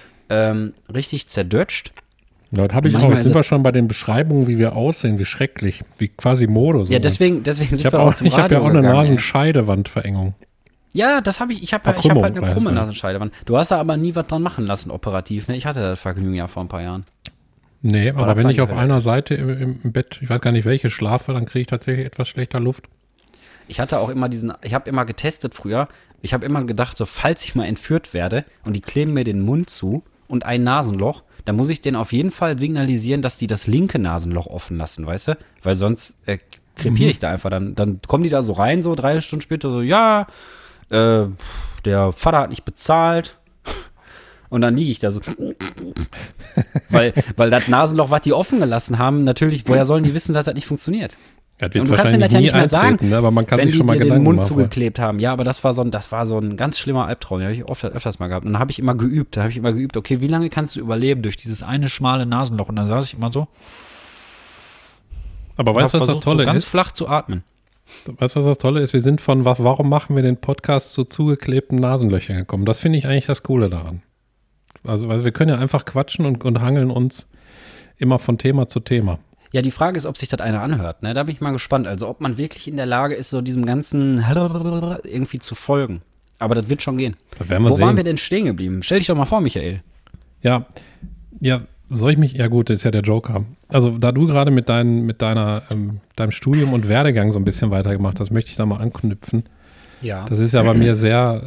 zerdutscht. Ja, das habe ich auch. Jetzt sind wir schon bei den Beschreibungen, wie wir aussehen, wie schrecklich, wie quasi Modus. Ja, deswegen sind ich wir habe auch zum ich hab Radio ja auch eine gegangen, ey. Nasenscheidewandverengung. Ja, das habe ich. Ich habe halt eine krumme Nasenscheidewand. Du hast da aber nie was dran machen lassen, operativ. Ne? Ich hatte das Vergnügen ja vor ein paar Jahren. Nee, aber das wenn war ich die auf Hölle. einer Seite im Bett, ich weiß gar nicht welche, schlafe, dann kriege ich tatsächlich etwas schlechter Luft. Ich hatte auch immer ich habe immer getestet früher. Ich habe immer gedacht, so falls ich mal entführt werde und die kleben mir den Mund zu und ein Nasenloch, dann muss ich denen auf jeden Fall signalisieren, dass die das linke Nasenloch offen lassen, weißt du? Weil sonst krepiere ich da einfach. Dann kommen die da so rein, so 3 Stunden später, so, ja, der Vater hat nicht bezahlt. Und dann liege ich da so. weil das Nasenloch, was die offen gelassen haben, natürlich, woher sollen die wissen, dass das nicht funktioniert? Das wird Und du kannst denen wahrscheinlich das ja nie nicht mehr sagen, eintreten, ne? Aber man kann wenn sich die schon mal dir den Gedanken Mund machen. zugeklebt haben. Ja, aber das war so ein ganz schlimmer Albtraum. Den habe ich öfters mal gehabt. Und dann habe ich immer geübt. Okay, wie lange kannst du überleben durch dieses eine schmale Nasenloch? Und dann saß ich immer so. Aber weißt du, was das versucht, Tolle so ganz ist? flach zu atmen. Weißt du, was das Tolle ist? Wir sind von, warum machen wir den Podcast zu zugeklebten Nasenlöchern gekommen? Das finde ich eigentlich das Coole daran. Also wir können ja einfach quatschen und hangeln uns immer von Thema zu Thema. Ja, die Frage ist, ob sich das einer anhört. Ne? Da bin ich mal gespannt. Also, ob man wirklich in der Lage ist, so diesem ganzen irgendwie zu folgen. Aber das wird schon gehen. Das werden wir Wo sehen. waren wir denn stehen geblieben? Stell dich doch mal vor, Michael. Ja, soll ich mich, ja gut, das ist ja der Joker. Also da du gerade mit deinem Studium und Werdegang so ein bisschen weitergemacht hast, möchte ich da mal anknüpfen. Ja. Das ist ja bei mir sehr,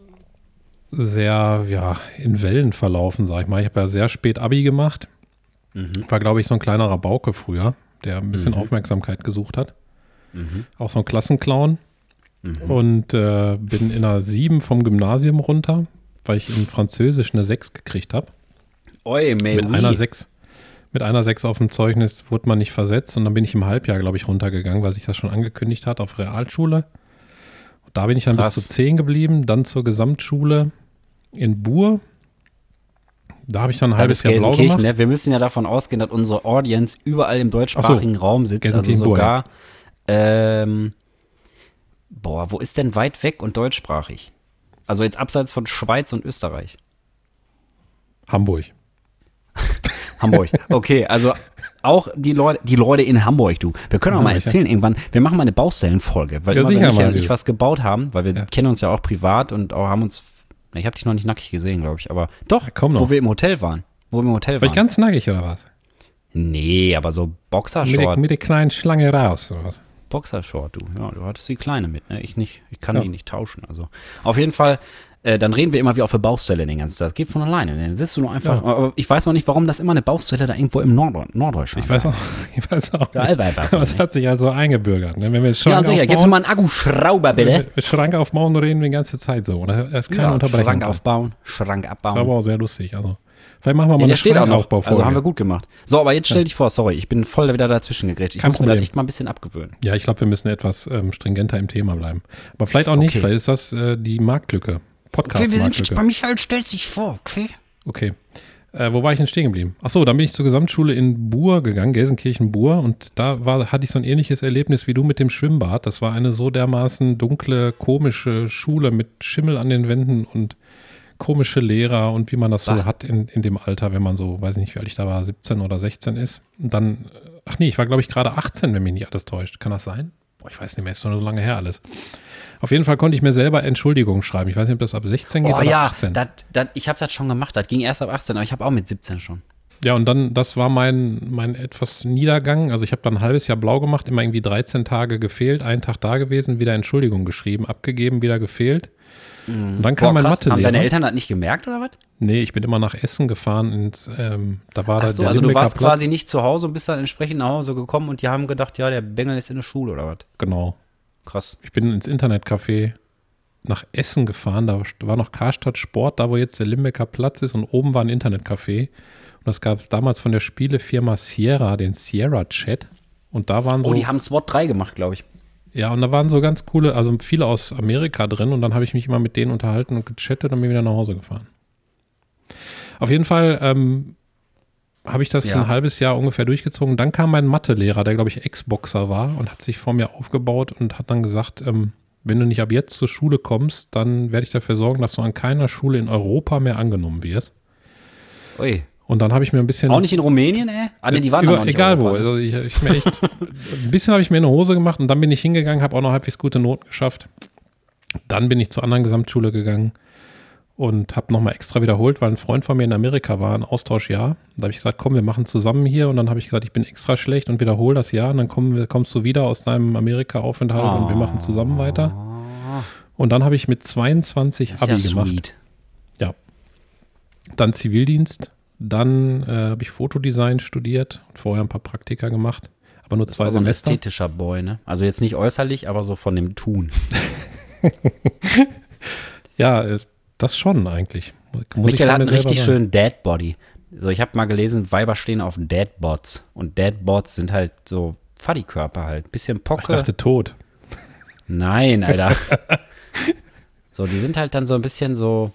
sehr, ja, in Wellen verlaufen, sag ich mal. Ich habe ja sehr spät Abi gemacht. War, glaube ich, so ein kleinerer Bauke früher, der ein bisschen Aufmerksamkeit gesucht hat. Auch so ein Klassenclown. Und bin in einer 7 vom Gymnasium runter, weil ich in Französisch eine 6 gekriegt habe. Oi, Mit einer 6 auf dem Zeugnis wurde man nicht versetzt und dann bin ich im Halbjahr, glaube ich, runtergegangen, weil sich das schon angekündigt hat auf Realschule. Und da bin ich dann Krass. bis zu 10 geblieben, dann zur Gesamtschule in Buhr. Da habe ich dann ein halbes Jahr blau gemacht. Ne? Wir müssen ja davon ausgehen, dass unsere Audience überall im deutschsprachigen Raum sitzt. Also Gelsenkirchen-Buhr, sogar, wo ist denn weit weg und deutschsprachig? Also jetzt abseits von Schweiz und Österreich. Hamburg. Hamburg. Okay, also auch die Leute in Hamburg, du. Wir können auch mal erzählen irgendwann, wir machen mal eine Baustellenfolge, weil Ja, immer, wenn sicher Michael mal und ich wieder. was gebaut haben, weil wir kennen uns ja auch privat und auch haben uns, ich habe dich noch nicht nackig gesehen, glaube ich, aber doch, Ja, komm noch. wo wir im Hotel waren. War ich ganz nackig oder was? Nee, aber so Boxershort. Mit der kleinen Schlange raus oder was? Boxershort, du. Ja, du hattest die kleine mit, ne? Ich nicht. Ich kann die nicht tauschen. Also auf jeden Fall, dann reden wir immer wie auf der Baustelle den ganzen Tag. Das geht von alleine. Dann sitzt du nur einfach. Ja. Aber ich weiß noch nicht, warum das immer eine Baustelle da irgendwo im Norddeutschland Ich weiß auch Ja, nicht. Aber es hat sich also eingebürgert. Ne? Wenn wir jetzt Ja, Schrank Andrea, gibst du aufbauen, mal einen Akkuschrauber, bitte? Schrank aufbauen, reden wir die ganze Zeit so. Und da ist keine Unterbrechung. Schrank drin. aufbauen, Schrank Das war aber abbauen. auch sehr lustig. Also, vielleicht machen wir mal Ja, eine der steht auch noch. Schrankaufbaufolge. Also haben wir gut gemacht. So, aber jetzt stell dich vor, sorry, ich bin voll wieder dazwischen gegrätscht. Ich Kein muss mir das Problem. echt mal ein bisschen abgewöhnen. Ja, ich glaube, wir müssen etwas stringenter im Thema bleiben. Aber vielleicht auch nicht. Okay. Vielleicht ist das die Marktlücke. Okay, wir sind jetzt Podcast-Marktlücke. bei Michael, stellt sich vor, okay? Okay. Wo war ich denn stehen geblieben? Achso, dann bin ich zur Gesamtschule in Buhr gegangen, Gelsenkirchen-Buhr, und da hatte ich so ein ähnliches Erlebnis wie du mit dem Schwimmbad. Das war eine so dermaßen dunkle, komische Schule mit Schimmel an den Wänden und komische Lehrer und wie man das so hat in dem Alter, wenn man so, weiß ich nicht, wie alt ich da war, 17 oder 16 ist. Und dann, ich war glaube ich gerade 18, wenn mich nicht alles täuscht. Kann das sein? Boah, ich weiß nicht mehr, ist schon so lange her alles. Auf jeden Fall konnte ich mir selber Entschuldigung schreiben. Ich weiß nicht, ob das ab 16 geht oder 18. Ich habe das schon gemacht. Das ging erst ab 18, aber ich habe auch mit 17 schon. Ja, und dann, das war mein etwas Niedergang. Also ich habe dann ein halbes Jahr blau gemacht, immer irgendwie 13 Tage gefehlt, einen Tag da gewesen, wieder Entschuldigung geschrieben, abgegeben, wieder gefehlt. Und dann kam mein Mathelehrer. Haben deine Eltern das nicht gemerkt oder was? Nee, ich bin immer nach Essen gefahren da war Ach so, der also du warst Platz. quasi nicht zu Hause und bist dann entsprechend nach Hause gekommen und die haben gedacht, ja, der Bengel ist in der Schule oder was? Genau. Krass. Ich bin ins Internetcafé nach Essen gefahren, da war noch Karstadt Sport, da wo jetzt der Limbecker Platz ist, und oben war ein Internetcafé. Und das gab es damals von der Spielefirma Sierra, den Sierra Chat. Und da waren so. Oh, die haben SWAT 3 gemacht, glaube ich. Ja, und da waren so ganz coole, also viele aus Amerika drin, und dann habe ich mich immer mit denen unterhalten und gechattet und bin wieder nach Hause gefahren. Auf jeden Fall habe ich das ein halbes Jahr ungefähr durchgezogen. Dann kam mein Mathelehrer, der glaube ich Ex-Boxer war, und hat sich vor mir aufgebaut und hat dann gesagt, wenn du nicht ab jetzt zur Schule kommst, dann werde ich dafür sorgen, dass du an keiner Schule in Europa mehr angenommen wirst. Ui. Und dann habe ich mir ein bisschen. Auch nicht in Rumänien, ey? Ah, nee, die waren noch nicht. Egal wo. Also ich mir echt. Ein bisschen habe ich mir in eine Hose gemacht, und dann bin ich hingegangen, habe auch noch halbwegs gute Noten geschafft. Dann bin ich zur anderen Gesamtschule gegangen und habe nochmal extra wiederholt, weil ein Freund von mir in Amerika war, ein Austauschjahr. Da habe ich gesagt, komm, wir machen zusammen hier. Und dann habe ich gesagt, ich bin extra schlecht und wiederhole das Jahr. Und dann kommst du wieder aus deinem Amerika-Aufenthalt und wir machen zusammen weiter. Und dann habe ich mit 22 Abi gemacht. Sweet. Ja. Dann Zivildienst. Dann habe ich Fotodesign studiert und vorher ein paar Praktika gemacht, aber nur 2 Semester. Ein ästhetischer Boy, ne? Also jetzt nicht äußerlich, aber so von dem Tun. Ja, das schon eigentlich. Michael hat einen richtig schönen Dad-Body. So, ich habe mal gelesen, Weiber stehen auf Dad-Bods. Und Dad-Bods sind halt so Fuddy-Körper halt. Bisschen Pocke. Ich dachte tot. Nein, Alter. So, die sind halt dann so ein bisschen so.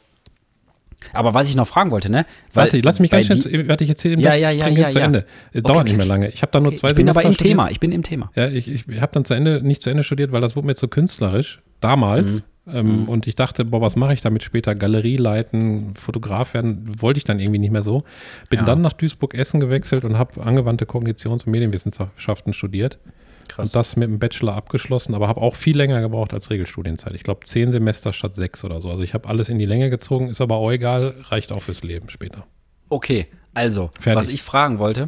Aber was ich noch fragen wollte, ne? Warte, lass mich ganz schnell, ich erzähle ihm das zu Ende. Es dauert nicht mehr lange. Ich habe da nur 2 Semester studiert. Ich bin im Thema. Ja, ich habe dann nicht zu Ende studiert, weil das wurde mir zu künstlerisch damals. Und ich dachte, was mache ich damit später? Galerie leiten, Fotograf werden, wollte ich dann irgendwie nicht mehr so. Bin dann nach Duisburg-Essen gewechselt und habe angewandte Kognitions- und Medienwissenschaften studiert. Krass. Und das mit dem Bachelor abgeschlossen, aber habe auch viel länger gebraucht als Regelstudienzeit. Ich glaube 10 Semester statt 6 oder so. Also ich habe alles in die Länge gezogen, ist aber auch egal, reicht auch fürs Leben später. Okay, also, was ich fragen wollte,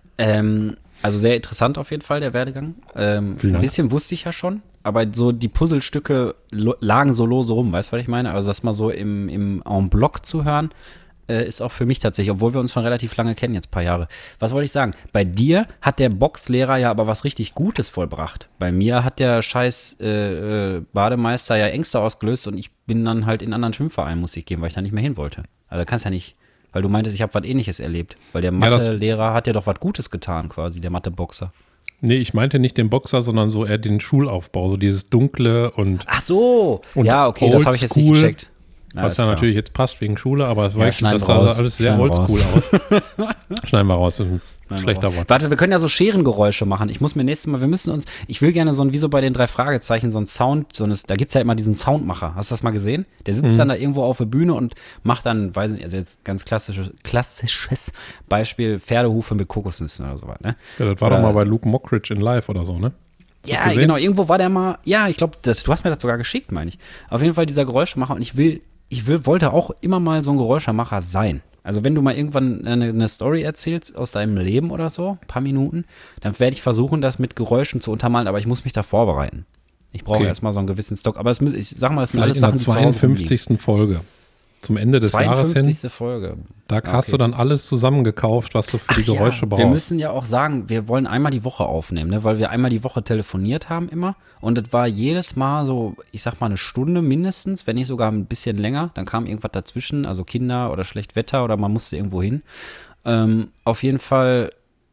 also sehr interessant auf jeden Fall, der Werdegang. Ein bisschen wusste ich ja schon, aber so die Puzzlestücke lagen so lose rum, weißt du, was ich meine? Also das mal so im en bloc zu hören, ist auch für mich tatsächlich, obwohl wir uns schon relativ lange kennen, jetzt ein paar Jahre. Was wollte ich sagen? Bei dir hat der Boxlehrer ja aber was richtig Gutes vollbracht. Bei mir hat der scheiß Bademeister ja Ängste ausgelöst und ich bin dann halt in einen anderen Schwimmverein, muss ich gehen, weil ich da nicht mehr hin wollte. Also kannst ja nicht, weil du meintest, ich habe was Ähnliches erlebt. Weil der Mathelehrer hat ja doch was Gutes getan quasi, der Matheboxer. Nee, ich meinte nicht den Boxer, sondern so eher den Schulaufbau, so dieses Dunkle und. Ach so! Ja, okay, das habe ich jetzt nicht gecheckt. Was ja natürlich jetzt passt wegen Schule, aber es war das sah alles sehr oldschool aus. Schneiden wir raus, das ist ein schlechter Wort. Warte, wir können ja so Scherengeräusche machen. Ich will gerne wie so bei den 3 Fragezeichen, so ein Sound, da gibt es ja immer diesen Soundmacher. Hast du das mal gesehen? Der sitzt dann da irgendwo auf der Bühne und macht dann, weiß nicht, also jetzt ganz klassisches Beispiel, Pferdehufe mit Kokosnüssen oder so was, ne? Ja, das war doch mal bei Luke Mockridge in Live oder so, ne? Ja, genau, irgendwo war der mal, ja, ich glaube, du hast mir das sogar geschickt, meine ich. Auf jeden Fall dieser Geräuschemacher und ich wollte auch immer mal so ein Geräuschemacher sein. Also wenn du mal irgendwann eine Story erzählst aus deinem Leben oder so, ein paar Minuten, dann werde ich versuchen, das mit Geräuschen zu untermalen, aber ich muss mich da vorbereiten. Ich brauche erstmal so einen gewissen Stock. Aber ich sag mal, es sind alles Sachen, die in der 52. Folge. Zum Ende des Jahres hin. 52. Folge. Da hast du dann alles zusammengekauft, was du für die Geräusche brauchst. Wir müssen ja auch sagen, wir wollen einmal die Woche aufnehmen, ne? Weil wir einmal die Woche telefoniert haben immer. Und das war jedes Mal so, ich sag mal 1 Stunde mindestens, wenn nicht sogar ein bisschen länger. Dann kam irgendwas dazwischen, also Kinder oder schlecht Wetter oder man musste irgendwo hin. Auf jeden Fall,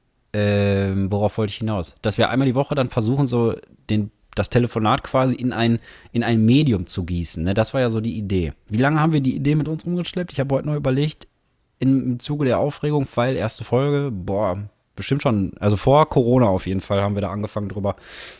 worauf wollte ich hinaus? Dass wir einmal die Woche dann versuchen, so das Telefonat quasi in ein Medium zu gießen. Ne? Das war ja so die Idee. Wie lange haben wir die Idee mit uns rumgeschleppt? Ich habe heute noch überlegt, im Zuge der Aufregung, weil erste Folge, bestimmt schon, also vor Corona auf jeden Fall haben wir da angefangen drüber.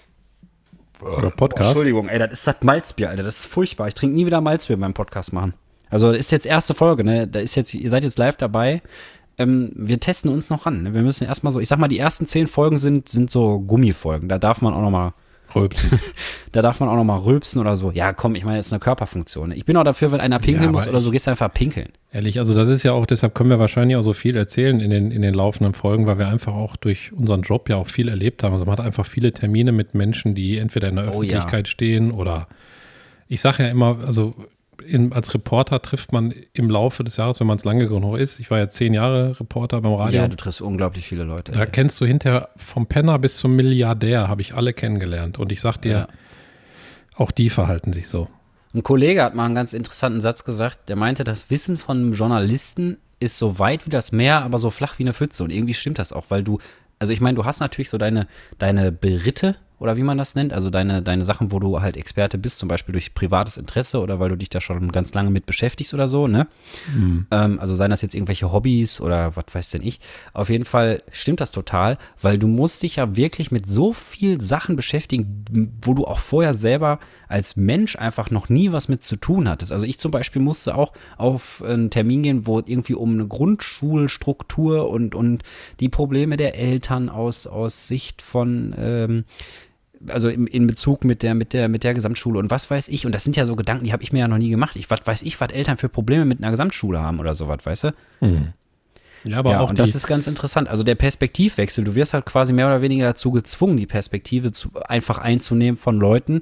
Oder Podcast. Entschuldigung, ey, das ist das Malzbier, Alter, das ist furchtbar. Ich trinke nie wieder Malzbier beim Podcast machen. Also, das ist jetzt erste Folge, ne? Ihr seid jetzt live dabei. Wir testen uns noch ran. Ne? Wir müssen erstmal so, ich sag mal, die ersten 10 Folgen sind so Gummifolgen. Da darf man auch noch mal rülpsen. Da darf man auch noch mal rülpsen oder so. Ja, komm, ich meine, das ist eine Körperfunktion. Ne? Ich bin auch dafür, wenn einer pinkeln muss oder so, gehst du einfach pinkeln. Ehrlich, also das ist ja auch, deshalb können wir wahrscheinlich auch so viel erzählen in den laufenden Folgen, weil wir einfach auch durch unseren Job ja auch viel erlebt haben. Also man hat einfach viele Termine mit Menschen, die entweder in der Öffentlichkeit stehen oder ich sage ja immer, also als Reporter trifft man im Laufe des Jahres, wenn man es lange genug ist, ich war ja 10 Jahre Reporter beim Radio. Ja, du triffst unglaublich viele Leute. Da kennst du hinterher vom Penner bis zum Milliardär, habe ich alle kennengelernt. Und ich sag dir, auch die verhalten sich so. Ein Kollege hat mal einen ganz interessanten Satz gesagt, der meinte, das Wissen von einem Journalisten ist so weit wie das Meer, aber so flach wie eine Pfütze. Und irgendwie stimmt das auch, weil also ich meine, du hast natürlich so deine Beritte, oder wie man das nennt, also deine Sachen, wo du halt Experte bist, zum Beispiel durch privates Interesse oder weil du dich da schon ganz lange mit beschäftigst oder so, ne? Mhm. Also seien das jetzt irgendwelche Hobbys oder was weiß denn ich. Auf jeden Fall stimmt das total, weil du musst dich ja wirklich mit so viel Sachen beschäftigen, wo du auch vorher selber als Mensch einfach noch nie was mit zu tun hattest. Also ich zum Beispiel musste auch auf einen Termin gehen, wo irgendwie um eine Grundschulstruktur und die Probleme der Eltern aus Sicht von also in Bezug mit der Gesamtschule und was weiß ich. Und das sind ja so Gedanken, die habe ich mir ja noch nie gemacht. Was weiß ich, was Eltern für Probleme mit einer Gesamtschule haben oder sowas, weißt du? Mhm. Ja, aber auch und das ist ganz interessant. Also der Perspektivwechsel, du wirst halt quasi mehr oder weniger dazu gezwungen, die Perspektive einfach einzunehmen von Leuten,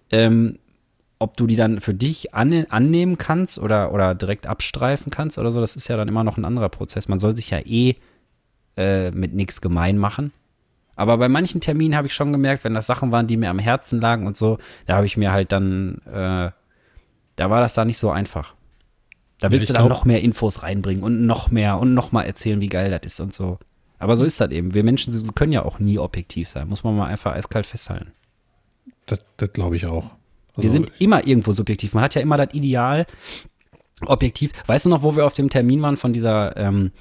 ob du die dann für dich annehmen kannst oder direkt abstreifen kannst oder so, das ist ja dann immer noch ein anderer Prozess. Man soll sich ja mit nichts gemein machen. Aber bei manchen Terminen habe ich schon gemerkt, wenn das Sachen waren, die mir am Herzen lagen und so, da habe ich mir halt dann, da war das da nicht so einfach. Da willst du dann noch mehr Infos reinbringen und noch mehr und noch mal erzählen, wie geil das ist und so. Aber so ist das eben. Wir Menschen können ja auch nie objektiv sein. Muss man mal einfach eiskalt festhalten. Das glaube ich auch. Also wir sind immer irgendwo subjektiv. Man hat ja immer das Ideal objektiv. Weißt du noch, wo wir auf dem Termin waren von dieser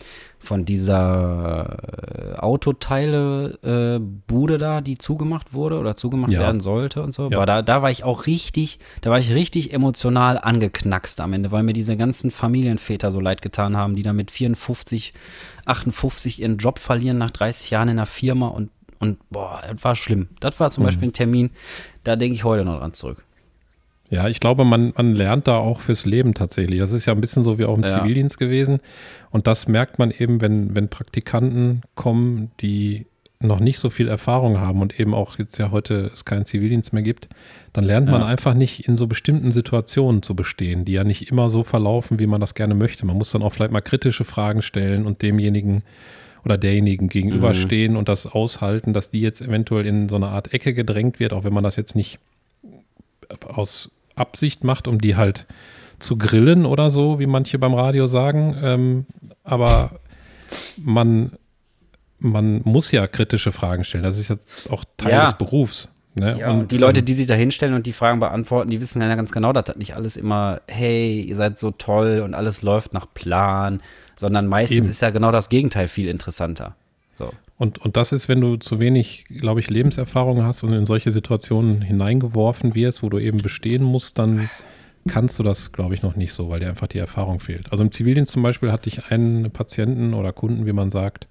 Autoteile-Bude da, die zugemacht wurde oder zugemacht werden sollte und so. Ja. Aber da war ich auch richtig emotional angeknackst am Ende, weil mir diese ganzen Familienväter so leid getan haben, die da mit 54, 58 ihren Job verlieren nach 30 Jahren in einer Firma und das war schlimm. Das war zum Beispiel ein Termin, da denke ich heute noch dran zurück. Ja, ich glaube, man lernt da auch fürs Leben tatsächlich. Das ist ja ein bisschen so wie auch im Zivildienst gewesen. Und das merkt man eben, wenn Praktikanten kommen, die noch nicht so viel Erfahrung haben und eben auch jetzt ja heute es keinen Zivildienst mehr gibt, dann lernt man einfach nicht in so bestimmten Situationen zu bestehen, die ja nicht immer so verlaufen, wie man das gerne möchte. Man muss dann auch vielleicht mal kritische Fragen stellen und demjenigen oder derjenigen gegenüberstehen und das aushalten, dass die jetzt eventuell in so eine Art Ecke gedrängt wird, auch wenn man das jetzt nicht aus Absicht macht, um die halt zu grillen oder so, wie manche beim Radio sagen. Aber man muss ja kritische Fragen stellen. Das ist ja auch Teil des Berufs. Ne? Ja, und die Leute, die sich da hinstellen und die Fragen beantworten, die wissen ja ganz genau, dass das nicht alles immer, hey, ihr seid so toll und alles läuft nach Plan, sondern meistens ist ja genau das Gegenteil viel interessanter. So. Und das ist, wenn du zu wenig, glaube ich, Lebenserfahrung hast und in solche Situationen hineingeworfen wirst, wo du eben bestehen musst, dann kannst du das, glaube ich, noch nicht so, weil dir einfach die Erfahrung fehlt. Also im Zivildienst zum Beispiel hatte ich einen Patienten oder Kunden, wie man sagt,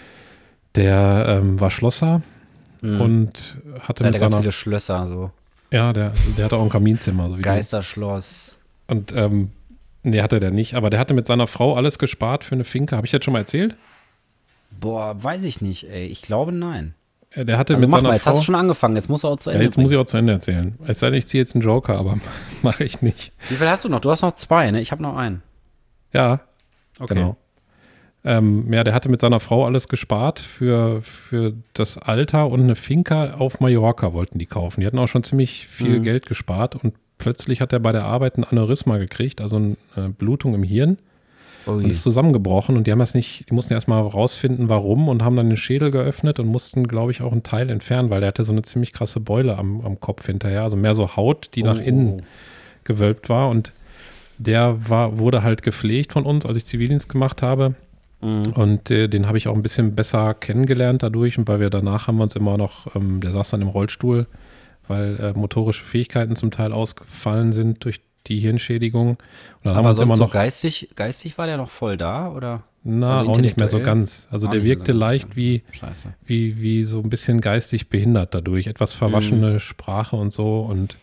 der war Schlosser und hatte mit ganz viele Schlösser so. Ja, der hatte auch ein Kaminzimmer. So wie Geisterschloss. Und nee, hatte der nicht, aber der hatte mit seiner Frau alles gespart für eine Finke. Habe ich jetzt schon mal erzählt? Boah, weiß ich nicht, ey. Ich glaube, nein. Der hatte mit seiner Frau. Jetzt hast du schon angefangen, jetzt musst du auch zu Ende. Ja, jetzt muss ich auch zu Ende erzählen. Es sei denn, ich ziehe jetzt einen Joker, aber mache ich nicht. Wie viel hast du noch? Du hast noch 2, ne? Ich habe noch einen. Ja, okay. Genau. Der hatte mit seiner Frau alles gespart für das Alter und eine Finca auf Mallorca wollten die kaufen. Die hatten auch schon ziemlich viel Geld gespart und plötzlich hat er bei der Arbeit ein Aneurysma gekriegt, also eine Blutung im Hirn. Und ist zusammengebrochen und die mussten erstmal rausfinden, warum und haben dann den Schädel geöffnet und mussten, glaube ich, auch einen Teil entfernen, weil der hatte so eine ziemlich krasse Beule am Kopf hinterher, also mehr so Haut, die nach innen gewölbt war und wurde halt gepflegt von uns, als ich Zivildienst gemacht habe. Und den habe ich auch ein bisschen besser kennengelernt dadurch. Und weil wir danach haben wir uns immer noch, der saß dann im Rollstuhl, weil motorische Fähigkeiten zum Teil ausgefallen sind durch die Hirnschädigung. Und dann haben wir uns immer noch geistig war der noch voll da, oder? Na, Also auch nicht mehr so ganz. Also der wirkte leicht wie so ein bisschen geistig behindert dadurch. Etwas verwaschene Sprache und so. Und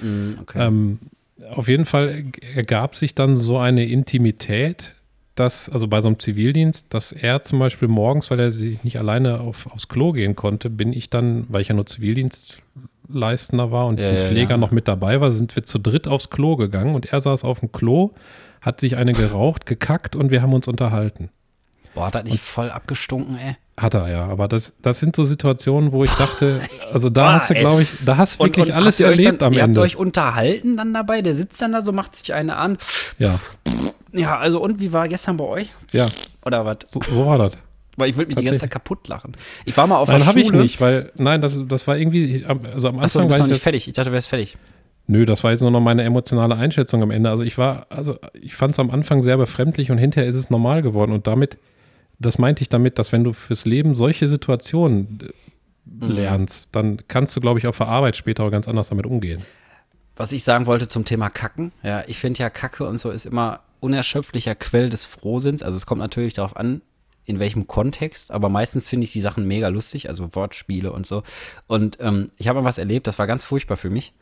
auf jeden Fall ergab sich dann so eine Intimität, also bei so einem Zivildienst, dass er zum Beispiel morgens, weil er sich nicht alleine aufs Klo gehen konnte, bin ich dann, weil ich ja nur Zivildienstleistender war und ein Pfleger noch mit dabei war, sind wir zu dritt aufs Klo gegangen und er saß auf dem Klo, hat sich eine geraucht, gekackt und wir haben uns unterhalten. Boah, hat er nicht voll abgestunken, ey? Hat er, ja. Aber das sind so Situationen, wo ich dachte, also da hast du, glaube ich, wirklich alles erlebt am Ende. Ihr habt euch unterhalten dann dabei? Der sitzt dann da so, macht sich eine an. Ja. Ja, also und wie war gestern bei euch? Ja. Oder was? So war das. Weil ich würde mich die ganze Zeit kaputt lachen. Ich war mal auf der Schule. Nein, habe ich nicht, weil, das war irgendwie, also am Anfang Achso, du bist noch nicht fertig. Ich dachte, du wärst fertig. Nö, das war jetzt nur noch meine emotionale Einschätzung am Ende. Also ich fand es am Anfang sehr befremdlich und hinterher ist es normal geworden. Und das meinte ich damit, dass wenn du fürs Leben solche Situationen lernst, dann kannst du, glaube ich, auf der Arbeit später auch ganz anders damit umgehen. Was ich sagen wollte zum Thema Kacken, ja, ich finde ja Kacke und so ist immer unerschöpflicher Quell des Frohsinns. Also es kommt natürlich darauf an, in welchem Kontext, aber meistens finde ich die Sachen mega lustig, also Wortspiele und so. Und ich habe mal was erlebt, das war ganz furchtbar für mich.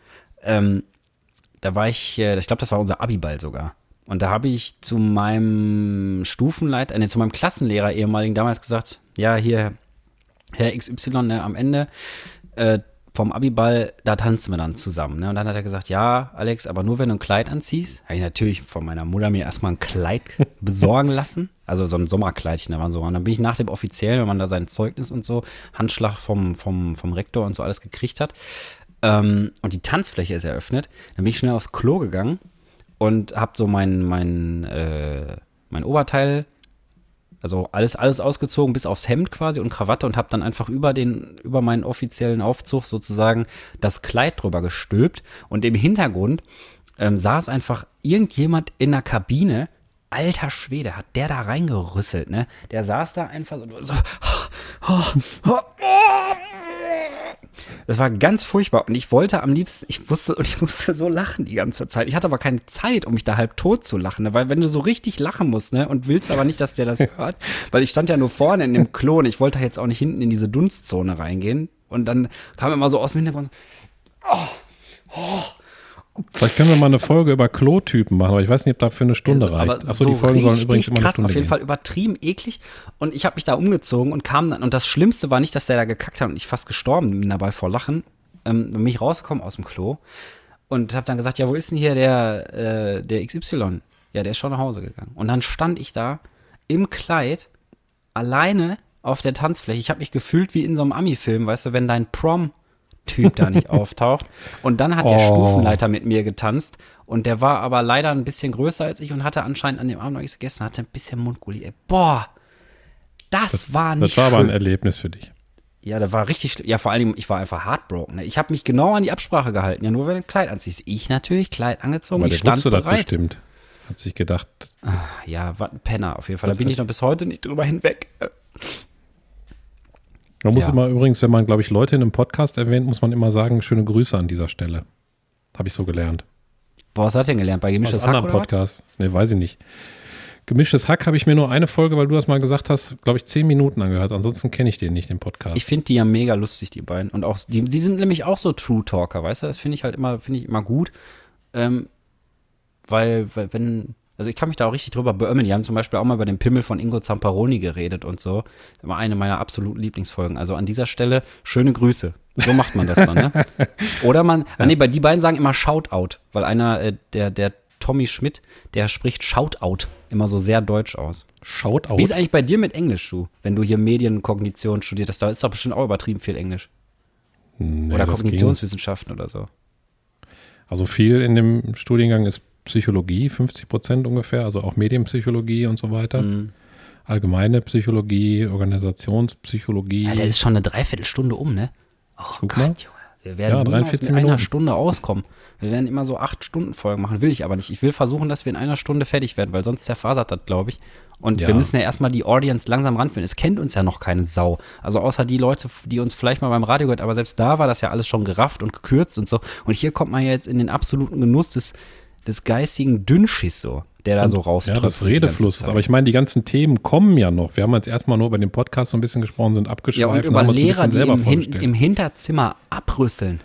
Da war ich glaube, das war unser Abiball sogar. Und da habe ich zu meinem zu meinem Klassenlehrer ehemaligen damals gesagt, ja, hier, Herr XY, ne, am Ende vom Abiball, da tanzen wir dann zusammen. Ne? Und dann hat er gesagt, ja, Alex, aber nur wenn du ein Kleid anziehst. Habe ich natürlich von meiner Mutter mir erstmal ein Kleid besorgen lassen. Also so ein Sommerkleidchen, da waren so. Und dann bin ich nach dem Offiziellen, wenn man da sein Zeugnis und so, Handschlag vom Rektor und so alles gekriegt hat. Und die Tanzfläche ist eröffnet. Dann bin ich schnell aufs Klo gegangen und habe so mein Oberteil, also alles ausgezogen, bis aufs Hemd quasi und Krawatte und habe dann einfach über meinen offiziellen Aufzug sozusagen das Kleid drüber gestülpt. Und im Hintergrund saß einfach irgendjemand in der Kabine. Alter Schwede, hat der da reingerüsselt, ne? Der saß da einfach so. Das war ganz furchtbar und ich wollte am liebsten, ich musste so lachen die ganze Zeit. Ich hatte aber keine Zeit, um mich da halb tot zu lachen, ne? Weil wenn du so richtig lachen musst, ne, und willst aber nicht, dass der das hört, weil ich stand ja nur vorne in dem Klo und ich wollte jetzt auch nicht hinten in diese Dunstzone reingehen und dann kam immer so aus dem Hintergrund, Vielleicht können wir mal eine Folge über Klotypen machen, aber ich weiß nicht, ob dafür eine Stunde reicht. Achso, die Folgen sollen übrigens immer eine Stunde auf jeden gehen. Fall übertrieben eklig. Und ich habe mich da umgezogen und kam dann, und das Schlimmste war nicht, dass der da gekackt hat und ich fast gestorben bin dabei vor Lachen. Bin ich rausgekommen aus dem Klo und habe dann gesagt, ja, wo ist denn hier der XY? Ja, der ist schon nach Hause gegangen. Und dann stand ich da im Kleid alleine auf der Tanzfläche. Ich habe mich gefühlt wie in so einem Ami-Film, weißt du, wenn dein Prom-Typ da nicht auftaucht. Und dann hat der Stufenleiter mit mir getanzt und der war aber leider ein bisschen größer als ich und hatte anscheinend an dem Abend, als ich gegessen hatte, ein bisschen Mundgulli. Boah, das war nicht Das war schön. aber ein Erlebnis für dich. Ja, das war richtig schlimm. Ja, vor allem, ich war einfach heartbroken. Ne? Ich habe mich genau an die Absprache gehalten. Ja, nur wenn du ein Kleid anziehst. Ich natürlich, Kleid angezogen, Aber ich der stand wusste bereit. das bestimmt. Hat sich gedacht. Ja, was ein Penner auf jeden Fall. Da bin ich noch bis heute nicht drüber hinweg. Man muss immer übrigens, wenn man, glaube ich, Leute in einem Podcast erwähnt, muss man immer sagen, schöne Grüße an dieser Stelle. Habe ich so gelernt. Boah, was hat denn gelernt? Bei Gemischtes Hack oder Podcast? Nee, weiß ich nicht. Gemischtes Hack habe ich mir nur eine Folge, weil du das mal gesagt hast, glaube ich, 10 Minuten angehört. Ansonsten kenne ich den nicht, den Podcast. Ich finde die ja mega lustig, die beiden. Und auch, die sind nämlich auch so True Talker, weißt du? Das finde ich halt immer gut. Weil, also ich kann mich da auch richtig drüber beömmeln. Die haben zum Beispiel auch mal über den Pimmel von Ingo Zamparoni geredet und so. Das war eine meiner absoluten Lieblingsfolgen. Also an dieser Stelle schöne Grüße. So macht man das dann, ne? Oder die beiden sagen immer Shoutout, weil einer, der Tommy Schmidt, der spricht Shoutout immer so sehr deutsch aus. Shoutout? Wie ist eigentlich bei dir mit Englisch, du? Wenn du hier Medienkognition studierst, da ist doch bestimmt auch übertrieben viel Englisch. Nee, oder Kognitionswissenschaften oder so. Also viel in dem Studiengang ist Psychologie, 50% ungefähr, also auch Medienpsychologie und so weiter. Mhm. Allgemeine Psychologie, Organisationspsychologie. Ja, der ist schon eine Dreiviertelstunde um, ne? Oh Guck Gott, mal. Junge. Wir werden Ja, niemals 43 mit einer Minuten. Stunde auskommen. Wir werden immer so 8-Stunden-Folgen machen. Will ich aber nicht. Ich will versuchen, dass wir in einer Stunde fertig werden, weil sonst zerfasert das, glaube ich. Und Ja. wir müssen ja erstmal die Audience langsam ranführen. Es kennt uns ja noch keine Sau. Also außer die Leute, die uns vielleicht mal beim Radio gehört. Aber selbst da war das ja alles schon gerafft und gekürzt und so. Und hier kommt man ja jetzt in den absoluten Genuss des geistigen Dünnschiss so, der da so rauskommt. Ja, das Redefluss. Aber ich meine, die ganzen Themen kommen ja noch. Wir haben jetzt erstmal nur über den Podcast so ein bisschen gesprochen, sind ja, abgeschweift und über haben uns ein Lehrer, bisschen die selber im vorgestellt. Hinterzimmer abrüsseln.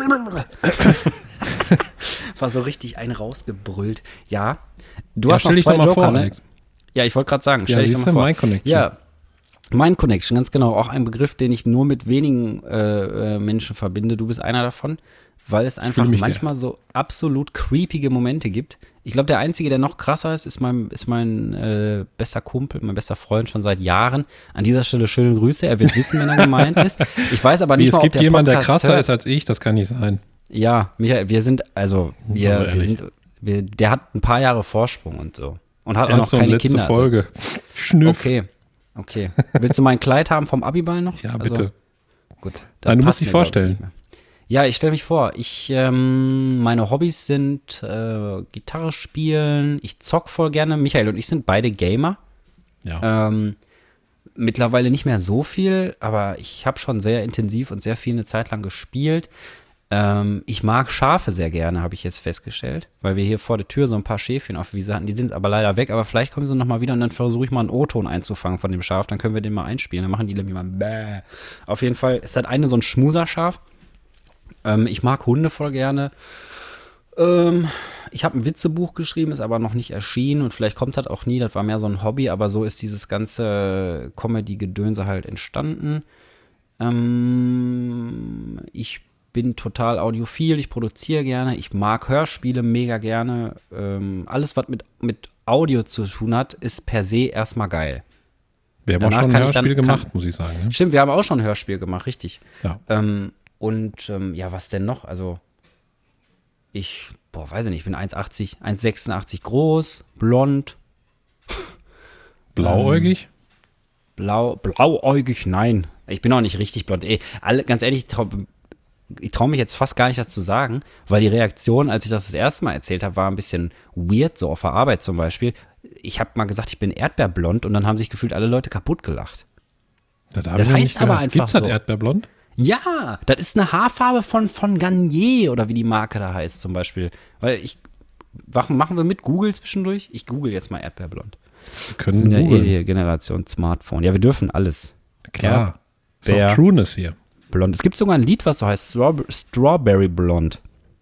Das war so richtig ein rausgebrüllt. Ja, du hast stell noch dich zwei doch mal Joker, vor, ne? Alex. Ja, ich wollte gerade sagen, Ja, stell dich doch siehst mal du, vor. Mind Connection. Ja, Mind Connection, ganz genau. Auch ein Begriff, den ich nur mit wenigen Menschen verbinde. Du bist einer davon, weil es einfach fühle mich manchmal so absolut creepige Momente gibt. Ich glaube, der Einzige, der noch krasser ist mein bester Kumpel, mein bester Freund schon seit Jahren. An dieser Stelle schöne Grüße. Er wird wissen, wenn er gemeint ist. Ich weiß aber nicht Es mal, ob gibt der jemanden, der Podcast krasser hört. ist als ich, das kann nicht sein. Ja, Michael, wir sind, ehrlich. der hat ein paar Jahre Vorsprung und so. Und hat auch noch Erste und keine letzte Kinder. Folge. Schnüff. Okay. Willst du mein Kleid haben vom Abiball noch? Ja, Also, bitte. gut. Nein, du passt musst dich mir, glaub ich, vorstellen. nicht mehr. Ja, ich stelle mich vor. Meine Hobbys sind Gitarre spielen, ich zock voll gerne. Michael und ich sind beide Gamer. Ja. Mittlerweile nicht mehr so viel, aber ich habe schon sehr intensiv und sehr viel eine Zeit lang gespielt. Ich mag Schafe sehr gerne, habe ich jetzt festgestellt, weil wir hier vor der Tür so ein paar Schäfchen auf der Wiese hatten. Die sind aber leider weg, aber vielleicht kommen sie noch mal wieder und dann versuche ich mal einen O-Ton einzufangen von dem Schaf. Dann können wir den mal einspielen. Dann machen die nämlich mal bäh. Auf jeden Fall ist das eine so ein Schmuserschaf. Ich mag Hunde voll gerne. Ich habe ein Witzebuch geschrieben, ist aber noch nicht erschienen und vielleicht kommt das auch nie. Das war mehr so ein Hobby, aber so ist dieses ganze Comedy-Gedönse halt entstanden. Ich bin total audiophil, ich produziere gerne, ich mag Hörspiele mega gerne. Alles, was mit Audio zu tun hat, ist per se erstmal geil. Wir haben auch danach schon ein kann ich Hörspiel dann- gemacht, muss ich sagen. Ne? Stimmt, wir haben auch schon ein Hörspiel gemacht, richtig. Ja. Ja, was denn noch? Also, weiß ich nicht, ich bin 1,80, 1,86 groß, blond, Blauäugig? blauäugig, nein. Ich bin auch nicht richtig blond. Ganz ehrlich, ich traue mich jetzt fast gar nicht, das zu sagen, weil die Reaktion, als ich das erste Mal erzählt habe, war ein bisschen weird, so auf der Arbeit zum Beispiel. Ich habe mal gesagt, ich bin erdbeerblond und dann haben sich gefühlt alle Leute kaputt gelacht. Das heißt aber einfach Gibt's das so. Erdbeerblond? Ja, das ist eine Haarfarbe von Garnier oder wie die Marke da heißt zum Beispiel. Weil machen wir mit Google zwischendurch? Ich google jetzt mal Erdbeerblond. Wir Wir können sind ja googeln. die Generation Smartphone. Ja, wir dürfen alles. Klar. Ist Wer- auch Trueness hier. Blond. Es gibt sogar ein Lied, was so heißt Strawberry Blond.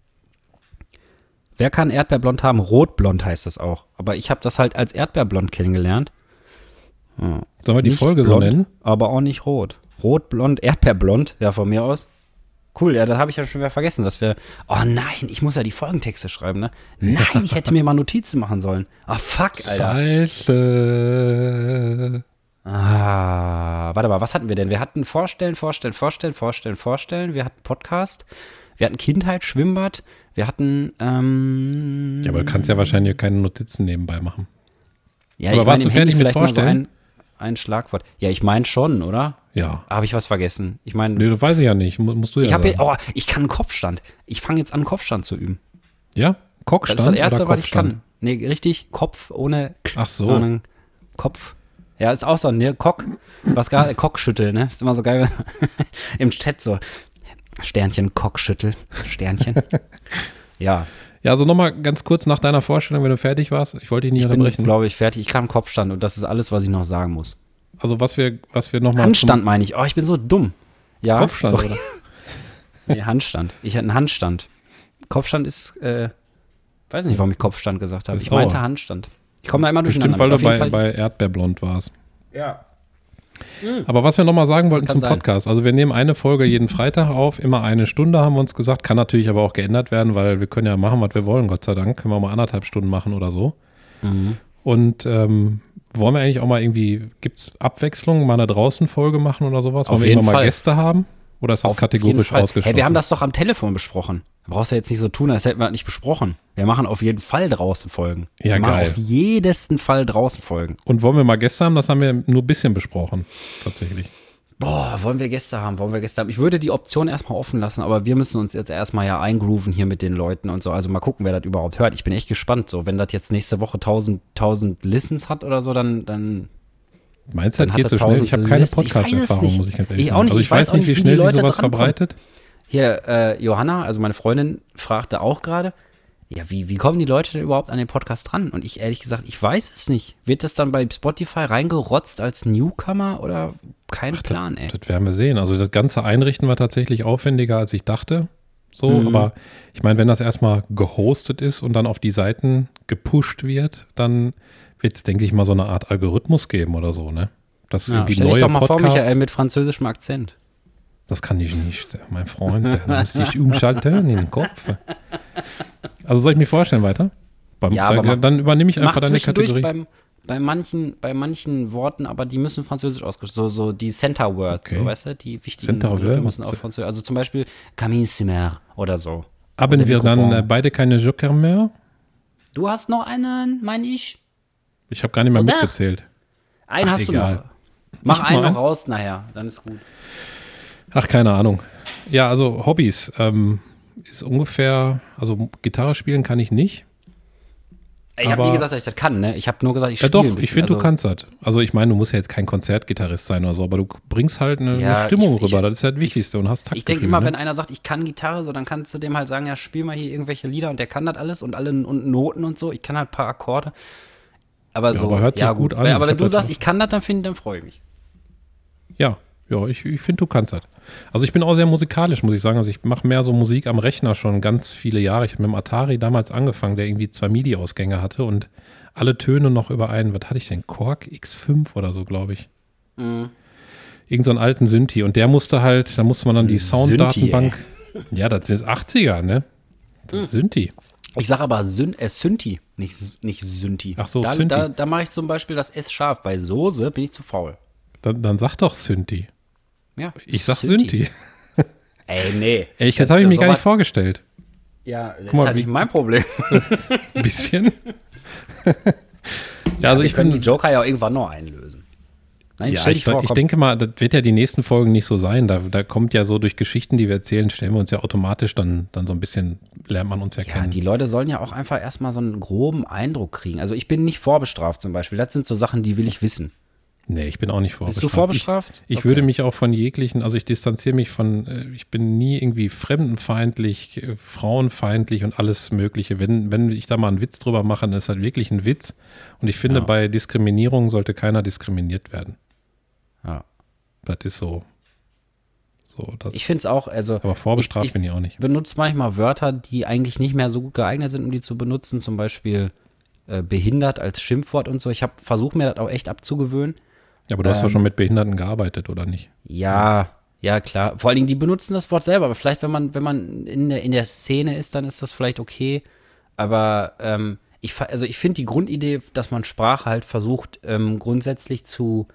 Wer kann Erdbeerblond haben? Rotblond heißt das auch. Aber ich habe das halt als Erdbeerblond kennengelernt. Sollen wir die Nicht Folge so blond, nennen? aber auch nicht rot. Rotblond, Erdbeerblond, ja, von mir aus. Cool, ja, das habe ich ja schon wieder vergessen, dass wir. Oh nein, ich muss ja die Folgentexte schreiben, ne? Nein, ich hätte mir mal Notizen machen sollen. Ah, fuck, Alter. Scheiße. Warte mal, was hatten wir denn? Wir hatten Vorstellen. Wir hatten Podcast. Wir hatten Kindheit, Schwimmbad. Wir hatten. Ja, aber du kannst ja wahrscheinlich keine Notizen nebenbei machen. Ja, aber ich warst meine, du fertig im Handy mit vielleicht mal so Vorstellen? ein Schlagwort. Ja, ich meine schon, oder? Ja. Habe ich was vergessen? Ich meine, Nee, das weiß ich ja nicht. Musst du ja sagen. ich kann einen Kopfstand. Ich fange jetzt an, Kopfstand zu üben. Ja? Cockstand Das ist das Erste, oder was ich Kopfstand? kann. Nee, richtig, Kopf ohne Ach so. sondern Kopf. Ja, ist auch so, ne, was gerade, Cockschüttel, ne? Ist immer so geil, im Chat so, Sternchen, Cockschüttel, Sternchen. Ja, Ja, also nochmal ganz kurz nach deiner Vorstellung, wenn du fertig warst. Ich wollte dich nicht ich bin, unterbrechen. glaube ich, fertig. Ich kann Kopfstand und das ist alles, was ich noch sagen muss. Also was wir nochmal Handstand meine ich. Oh, ich bin so dumm. Ja, Kopfstand, sorry. oder? Nee, Handstand. Ich hatte einen Handstand. Kopfstand ist, weiß nicht, warum ich Kopfstand gesagt habe. Ist Ich meinte sauer. Handstand. Ich komme da immer Bestimmt, durcheinander. weil du Auf jeden bei Fall- Erdbeerblond warst. Ja. Aber was wir nochmal sagen wollten Kann zum sein. Podcast. Also wir nehmen eine Folge jeden Freitag auf, immer 1 Stunde haben wir uns gesagt. Kann natürlich aber auch geändert werden, weil wir können ja machen, was wir wollen, Gott sei Dank. Können wir mal 1,5 Stunden machen oder so. Mhm. Und wollen wir eigentlich auch mal irgendwie, gibt es Abwechslung, mal eine Draußen-Folge machen oder sowas? Auf Wollen wir jeden immer mal Fall. Gäste haben? Oder ist das Auf jeden kategorisch Fall. ausgeschlossen? Hey, wir haben das doch am Telefon besprochen. Du brauchst ja jetzt nicht so tun, als hätten wir das nicht besprochen. Wir machen auf jeden Fall draußen Folgen. Ja, wir machen geil. auf jedesten Fall draußen Folgen. Und wollen wir mal Gäste haben? Das haben wir nur ein bisschen besprochen, tatsächlich. Boah, wollen wir Gäste haben? Ich würde die Option erstmal offen lassen, aber wir müssen uns jetzt erstmal ja eingrooven hier mit den Leuten und so. Also mal gucken, wer das überhaupt hört. Ich bin echt gespannt. So, wenn das jetzt nächste Woche 1000 Listens hat oder so, dann Meinst du, das geht so schnell? Ich habe keine Podcast-Erfahrung, muss ich ganz ehrlich sagen. Auch nicht. Also ich weiß nicht, wie schnell die sowas verbreitet. Hier, Johanna, also meine Freundin, fragte auch gerade, ja, wie kommen die Leute denn überhaupt an den Podcast ran? Und ich ehrlich gesagt, ich weiß es nicht. Wird das dann bei Spotify reingerotzt als Newcomer oder kein Plan, ey? Das werden wir sehen. Also das ganze Einrichten war tatsächlich aufwendiger, als ich dachte. So, aber ich meine, wenn das erstmal gehostet ist und dann auf die Seiten gepusht wird, dann wird es, denke ich mal, so eine Art Algorithmus geben oder so, ne? Das irgendwie stell neue dich doch mal Podcasts, vor, Michael, mit französischem Akzent. Das kann ich nicht, mein Freund. Da muss ich umschalten in den Kopf. Also soll ich mich vorstellen weiter? Dann übernehme ich einfach deine Kategorie. Bei manchen Worten, aber die müssen französisch ausgesprochen, so die Center Words, so, weißt du, die wichtigen Begriffe müssen auch französisch, also zum Beispiel Camille Simmer oder so. Haben wir dann beide keine Joker mehr? Du hast noch einen, meine ich? Ich habe gar nicht mehr mitgezählt. Einen hast egal. Du noch. Mach einen noch raus nachher, dann ist gut. Ach, keine Ahnung. Ja, also Hobbys ist ungefähr, also Gitarre spielen kann ich nicht. Ich habe nie gesagt, dass ich das kann, ne? Ich habe nur gesagt, ich spiele ein bisschen. Ich finde, du kannst das. Also ich meine, du musst ja jetzt kein Konzertgitarrist sein oder so, aber du bringst halt eine Stimmung rüber. Das ist ja das Wichtigste und hast Taktgefühl. Ich denke immer, wenn einer sagt, ich kann Gitarre, so dann kannst du dem halt sagen, ja, spiel mal hier irgendwelche Lieder und der kann das alles und alle und Noten und so. Ich kann halt ein paar Akkorde. Aber so, aber hört sich gut an. Aber wenn du sagst, ich kann das, dann freue ich mich. Ja, ich finde, du kannst das. Also ich bin auch sehr musikalisch, muss ich sagen. Also ich mache mehr so Musik am Rechner schon ganz viele Jahre. Ich habe mit dem Atari damals angefangen, der irgendwie 2 MIDI-Ausgänge hatte und alle Töne noch über einen, was hatte ich denn? Korg X5 oder so, glaube ich. Irgend so einen alten Synthi. Und da musste man dann die Sounddatenbank. Ja, das sind 80er, ne? Das ist Synthi. Ich sage aber Synthi, nicht Synthi. Ach so, Synthi. Da mache ich zum Beispiel das S scharf. Bei Soße bin ich zu faul. Dann sag doch Synthi. Ja, ich sag Synthi. Ey, nee. Das habe ich mir gar nicht vorgestellt. Ja, das ist halt nicht mein Problem. Ein bisschen. Also ich kann die Joker ja auch irgendwann noch einlösen. Nein, ich denke mal, das wird ja die nächsten Folgen nicht so sein. Da kommt ja so durch Geschichten, die wir erzählen, stellen wir uns ja automatisch dann so ein bisschen, lernt man uns ja kennen. Ja, die Leute sollen ja auch einfach erstmal so einen groben Eindruck kriegen. Also ich bin nicht vorbestraft zum Beispiel. Das sind so Sachen, die will ich wissen. Nee, ich bin auch nicht vorbestraft. Bist du vorbestraft? Ich würde mich auch von jeglichen, also ich distanziere mich ich bin nie irgendwie fremdenfeindlich, frauenfeindlich und alles Mögliche. Wenn ich da mal einen Witz drüber mache, dann ist das wirklich ein Witz. Und ich finde, bei Diskriminierung sollte keiner diskriminiert werden. Ja. Das ist so. Ich finde es auch, also. Aber vorbestraft bin ich auch nicht. Ich benutze manchmal Wörter, die eigentlich nicht mehr so gut geeignet sind, um die zu benutzen. Zum Beispiel behindert als Schimpfwort und so. Ich versuche mir das auch echt abzugewöhnen. Ja, aber du hast doch schon mit Behinderten gearbeitet, oder nicht? Ja, klar. Vor allen Dingen, die benutzen das Wort selber. Aber vielleicht, wenn man in der Szene ist, dann ist das vielleicht okay. Aber ich finde die Grundidee, dass man Sprache halt versucht, grundsätzlich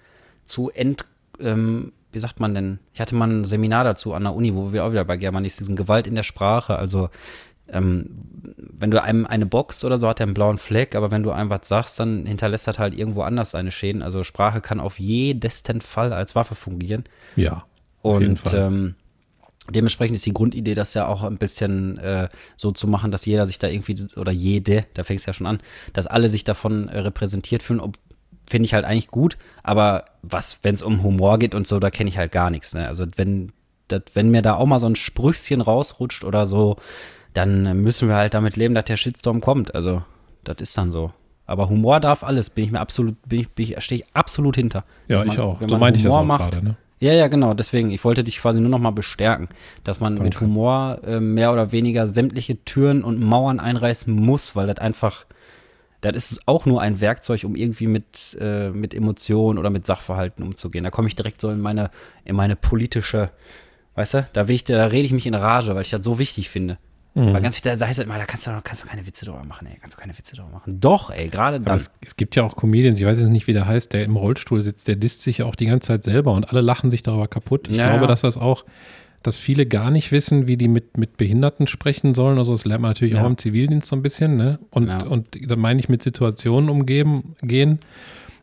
wie sagt man denn? Ich hatte mal ein Seminar dazu an der Uni, wo wir auch wieder bei Germanistik sind, Gewalt in der Sprache. Also wenn du einem eine boxt oder so, hat er einen blauen Fleck, aber wenn du einem was sagst, dann hinterlässt das halt irgendwo anders seine Schäden. Also Sprache kann auf jedesten Fall als Waffe fungieren. Ja, auf jeden Fall. Dementsprechend ist die Grundidee, das ja auch ein bisschen so zu machen, dass jeder sich da irgendwie, oder jede, da fängt es ja schon an, dass alle sich davon repräsentiert fühlen, finde ich halt eigentlich gut, aber wenn es um Humor geht und so, da kenne ich halt gar nichts. Ne? Also wenn mir da auch mal so ein Sprüchchen rausrutscht oder so, dann müssen wir halt damit leben, dass der Shitstorm kommt. Also, das ist dann so. Aber Humor darf alles, stehe ich absolut hinter. Ja, ich auch. So meinte ich das auch gerade, ne? Ja, genau. Deswegen, ich wollte dich quasi nur noch mal bestärken, dass man mit Humor mehr oder weniger sämtliche Türen und Mauern einreißen muss, weil das ist auch nur ein Werkzeug, um irgendwie mit Emotionen oder mit Sachverhalten umzugehen. Da komme ich direkt so in meine politische, weißt du, da rede ich mich in Rage, weil ich das so wichtig finde. Weil ganz viel, da heißt es immer, da kannst du keine Witze drüber machen, ey. Doch, ey, gerade dann. Es gibt ja auch Comedians, ich weiß jetzt nicht, wie der heißt, der im Rollstuhl sitzt, der disst sich ja auch die ganze Zeit selber und alle lachen sich darüber kaputt. Ich glaube, dass viele gar nicht wissen, wie die mit Behinderten sprechen sollen. Also das lernt man natürlich auch im Zivildienst so ein bisschen, ne? Und da meine ich mit Situationen gehen.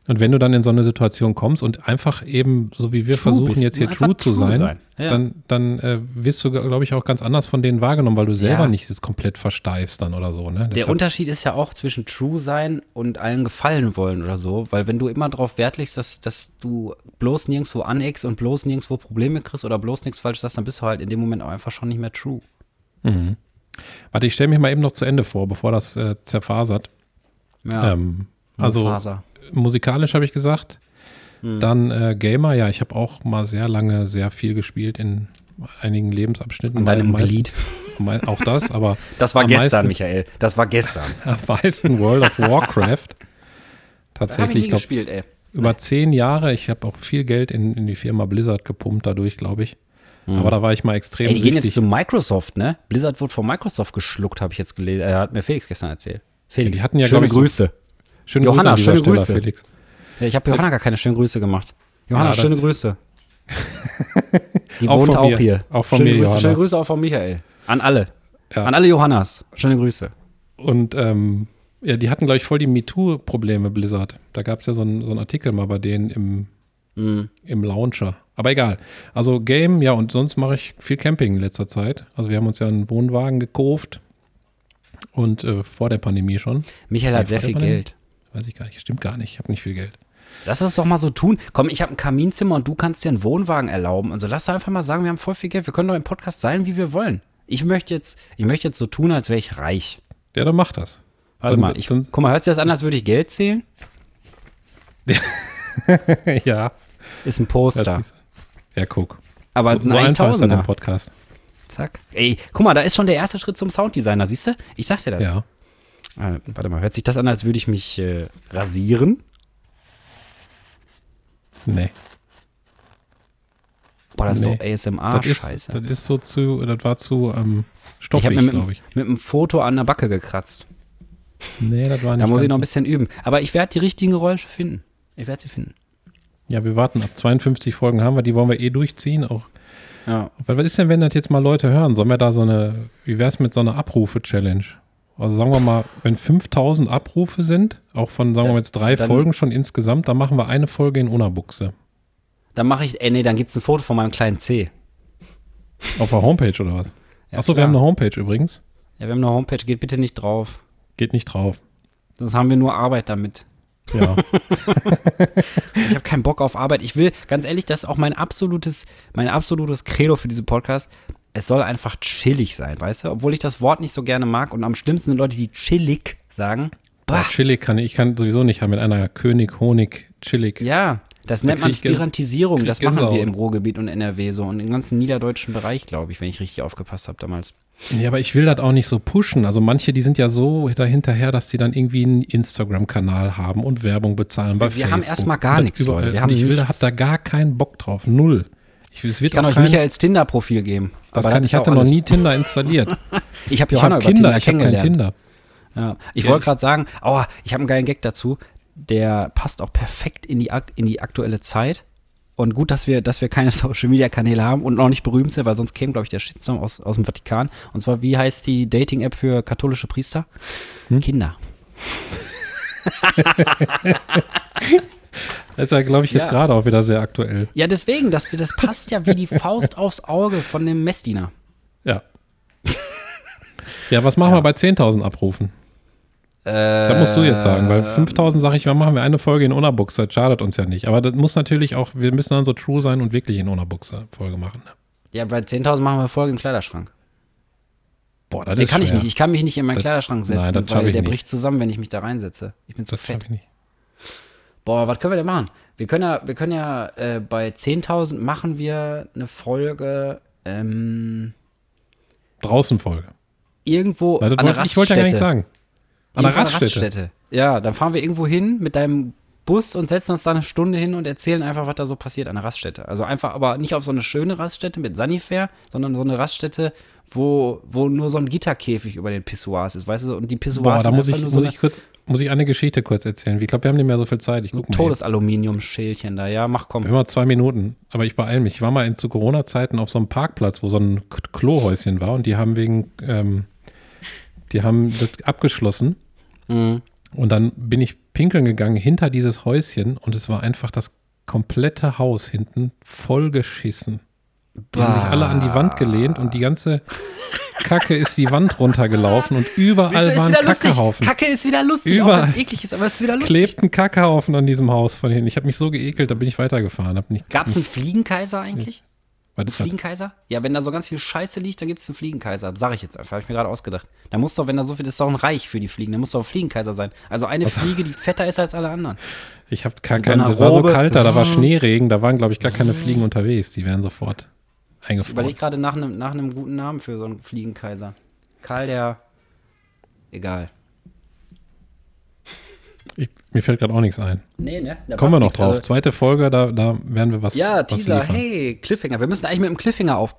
Und wenn du dann in so eine Situation kommst und einfach eben, so wie wir versuchen jetzt hier true zu sein. Ja. Dann wirst du, glaube ich, auch ganz anders von denen wahrgenommen, weil du selber nicht das komplett versteifst dann oder so. Ne? Der Unterschied ist ja auch zwischen true sein und allen gefallen wollen oder so, weil wenn du immer darauf Wert legst, dass du bloß nirgendwo aneckst und bloß nirgendwo Probleme kriegst oder bloß nichts falsch sagst, dann bist du halt in dem Moment auch einfach schon nicht mehr true. Mhm. Warte, ich stelle mich mal eben noch zu Ende vor, bevor das zerfasert. Ja, also musikalisch habe ich gesagt. Dann Gamer, ja, ich habe auch mal sehr lange sehr viel gespielt in einigen Lebensabschnitten. An deinem Glied. Auch das, aber das war gestern, Michael. Das war gestern. Am meisten World of Warcraft. Tatsächlich, ich gespielt, ey. Über 10 Jahre. Ich habe auch viel Geld in die Firma Blizzard gepumpt dadurch, glaube ich. Aber da war ich mal extrem süchtig. Die gehen jetzt zu Microsoft, ne? Blizzard wird von Microsoft geschluckt, habe ich jetzt gelesen. Hat mir Felix gestern erzählt. Felix, die hatten ja, schöne Grüße. Schöne Johanna, Grüße an dieser Stelle, Felix. Ja, ich habe Johanna gar keine schönen Grüße gemacht. Johanna, schöne Grüße. Die auch wohnt auch hier. Auch von mir, Johanna. Schöne Grüße auch von Michael. An alle. Ja. An alle Johannas. Schöne Grüße. Und die hatten, glaube ich, voll die MeToo-Probleme, Blizzard. Da gab es ja so einen Artikel mal bei denen im Launcher. Aber egal. Also Game, ja, und sonst mache ich viel Camping in letzter Zeit. Also wir haben uns ja einen Wohnwagen gekauft. Und vor der Pandemie schon. Michael hat sehr viel Geld. Weiß ich gar nicht. Stimmt gar nicht. Ich habe nicht viel Geld. Lass das doch mal so tun. Komm, ich habe ein Kaminzimmer und du kannst dir einen Wohnwagen erlauben. Und so lass doch einfach mal sagen, wir haben voll viel Geld. Wir können doch im Podcast sein, wie wir wollen. Ich möchte jetzt so tun, als wäre ich reich. Ja, dann mach das. Warte mal, guck mal, hört sich das an, als würde ich Geld zählen? Ja. Ist ein Poster. Ja, guck. Aber so einfach ist der Podcast. Zack. Ey, guck mal, da ist schon der erste Schritt zum Sounddesigner, siehst du? Ich sag's dir das. Ja. Warte mal, hört sich das an, als würde ich mich rasieren? Nee. Boah, das ist so ASMR-Scheiße. Das war zu stoffig, glaube ich. Mit einem Foto an der Backe gekratzt. Nee, das war nicht. Da muss ich noch ein bisschen üben. Aber ich werde die richtigen Geräusche finden. Ich werde sie finden. Ja, wir warten. Ab 52 Folgen haben wir. Die wollen wir durchziehen. Auch. Ja. Was ist denn, wenn das jetzt mal Leute hören? Sollen wir da wie wär's mit so einer Abrufe-Challenge? Also sagen wir mal, wenn 5000 Abrufe sind, auch von, sagen wir mal jetzt 3 Folgen schon insgesamt, dann machen wir eine Folge in Unabuchse. Dann mache ich, dann gibt es ein Foto von meinem kleinen C. Auf der Homepage oder was? Ja, achso, wir haben eine Homepage übrigens. Ja, wir haben eine Homepage, geht bitte nicht drauf. Geht nicht drauf. Sonst haben wir nur Arbeit damit. Ja. Ich habe keinen Bock auf Arbeit. Ich will, ganz ehrlich, das ist auch mein absolutes Credo für diesen Podcast. Es soll einfach chillig sein, weißt du? Obwohl ich das Wort nicht so gerne mag und am schlimmsten sind Leute, die chillig sagen. Boah, chillig ich kann sowieso nicht haben mit einer König, Honig, chillig. Ja, das nennt man Spirantisierung. Das machen wir im Ruhrgebiet und NRW so und im ganzen niederdeutschen Bereich, glaube ich, wenn ich richtig aufgepasst habe damals. Ja, aber ich will das auch nicht so pushen. Also manche, die sind ja so dahinterher, dass sie dann irgendwie einen Instagram-Kanal haben und Werbung bezahlen bei Facebook. Wir haben erstmal gar nichts, Leute. Wir haben hab da gar keinen Bock drauf. Null. Ich kann euch Michaels Tinder-Profil geben. Ich hatte noch nie Tinder installiert. Ich habe Johanna über Tinder kennengelernt. Kein Tinder. Ja, ich wollte gerade sagen, ich habe einen geilen Gag dazu. Der passt auch perfekt in die aktuelle Zeit. Und gut, dass wir keine Social-Media-Kanäle haben und noch nicht berühmt sind, weil sonst käme, glaube ich, der Shitstorm aus dem Vatikan. Und zwar, wie heißt die Dating-App für katholische Priester? Kinder. Das ist ja, glaube ich, jetzt gerade auch wieder sehr aktuell. Ja, deswegen, das passt ja wie die Faust aufs Auge von dem Messdiener. Ja. Ja, was machen wir bei 10.000 Abrufen? Da musst du jetzt sagen, weil 5.000 sage ich, machen wir eine Folge in Unabuchse, das schadet uns ja nicht. Aber das muss natürlich auch, wir müssen dann so true sein und wirklich in Unabuchse Folge machen. Ne? Ja, bei 10.000 machen wir eine Folge im Kleiderschrank. Boah, das ist kann schwer. Ich nicht. Ich kann mich nicht in meinen Kleiderschrank setzen, nein, weil der bricht zusammen, wenn ich mich da reinsetze. Ich bin zu fett. Ich nicht. Boah, was können wir denn machen? Wir können ja bei 10.000 machen wir eine Folge Draußen Folge. Irgendwo an der Raststätte. Ich wollte ja gar nicht sagen. An der Raststätte. Ja, dann fahren wir irgendwo hin mit deinem Bus und setzen uns da eine Stunde hin und erzählen einfach, was da so passiert an der Raststätte. Also einfach, aber nicht auf so eine schöne Raststätte mit Sanifair, sondern so eine Raststätte, wo nur so ein Gitterkäfig über den Pissoirs ist, weißt du? Und die Pissoirs da muss ich eine Geschichte kurz erzählen. Ich glaube, wir haben nicht mehr so viel Zeit. Ich guck mal. Todesaluminium-Schälchen da, ja, komm. Wir haben mal 2 Minuten, aber ich beeile mich. Ich war mal zu Corona-Zeiten auf so einem Parkplatz, wo so ein Klohäuschen war und die haben das abgeschlossen. Mhm. Und dann bin ich pinkeln gegangen hinter dieses Häuschen und es war einfach das komplette Haus hinten voll geschissen. Die haben sich alle an die Wand gelehnt und die ganze Kacke ist die Wand runtergelaufen und überall waren Kackehaufen. Kacke ist wieder lustig, Überall auch wenn es eklig ist, aber es ist wieder lustig. Klebten Kackehaufen an diesem Haus von hinten. Ich habe mich so geekelt, da bin ich weitergefahren. Gab es einen Fliegenkaiser eigentlich? Was ist das? Fliegenkaiser? Ja, wenn da so ganz viel Scheiße liegt, dann gibt es einen Fliegenkaiser. Sag ich jetzt einfach, habe ich mir gerade ausgedacht. Da muss doch, wenn da so viel, das ist doch ein Reich für die Fliegen, da muss doch ein Fliegenkaiser sein. Also eine Fliege, die fetter ist als alle anderen. Ich habe gar keinen, es war so kalt da war Schneeregen, da waren, glaube ich, gar keine Fliegen unterwegs. Die wären sofort eingefroren. Ich überlege gerade nach einem guten Namen für so einen Fliegenkaiser. Karl der, egal. Mir fällt gerade auch nichts ein. Nee, ne? Kommen wir noch drauf. Also, zweite Folge, da werden wir was Ja, Teaser, liefern. hey, Cliffhanger. Wir müssen eigentlich mit dem Cliffhanger auf.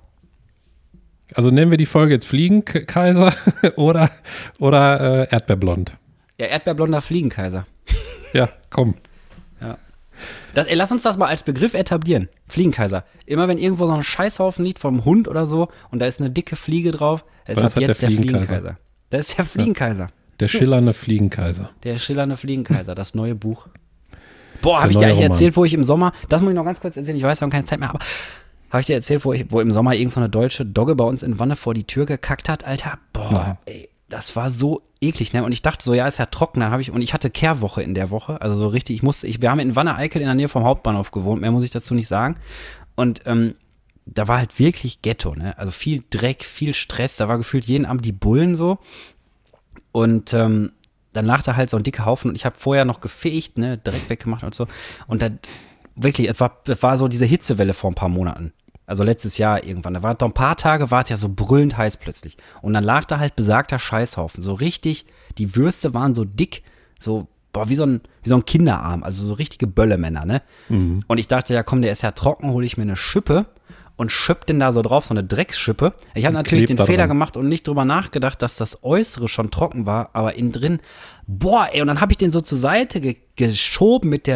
Also nennen wir die Folge jetzt Fliegenkaiser oder Erdbeerblond. Ja, Erdbeerblonder Fliegenkaiser. Ja, komm. Ja. Lass uns das mal als Begriff etablieren. Fliegenkaiser. Immer wenn irgendwo so ein Scheißhaufen liegt vom Hund oder so und da ist eine dicke Fliege drauf, ist ab jetzt der Fliegenkaiser. Das ist der Fliegenkaiser. Ja. Der schillernde Fliegenkaiser. Der schillernde Fliegenkaiser, das neue Buch. Boah, habe ich dir eigentlich erzählt, wo ich im Sommer, das muss ich noch ganz kurz erzählen, ich weiß, wir haben keine Zeit mehr, aber habe ich dir erzählt, wo im Sommer irgend so eine deutsche Dogge bei uns in Wanne vor die Tür gekackt hat, Alter? Boah, ey, das war so eklig, ne? Und ich dachte so, ja, ist ja trocken, und ich hatte Kehrwoche in der Woche, also so richtig, wir haben in Wanne-Eickel in der Nähe vom Hauptbahnhof gewohnt, mehr muss ich dazu nicht sagen. Und da war halt wirklich Ghetto, ne? Also viel Dreck, viel Stress, da war gefühlt jeden Abend die Bullen so. Und dann lag da halt so ein dicker Haufen und ich habe vorher noch gefegt, ne, direkt weggemacht und so. Und dann wirklich, es war so diese Hitzewelle vor ein paar Monaten. Also letztes Jahr irgendwann. Da war doch ein paar Tage, war es ja so brüllend heiß plötzlich. Und dann lag da halt besagter Scheißhaufen. So richtig, die Würste waren so dick, so, boah, wie so ein Kinderarm. Also so richtige Böllemänner, ne? Mhm. Und ich dachte, ja komm, der ist ja trocken, hole ich mir eine Schippe und schüpp den da so drauf, so eine Drecksschippe. Ich habe natürlich den Fehler gemacht und nicht drüber nachgedacht, dass das Äußere schon trocken war, aber innen drin, boah, ey, und dann habe ich den so zur Seite geschoben mit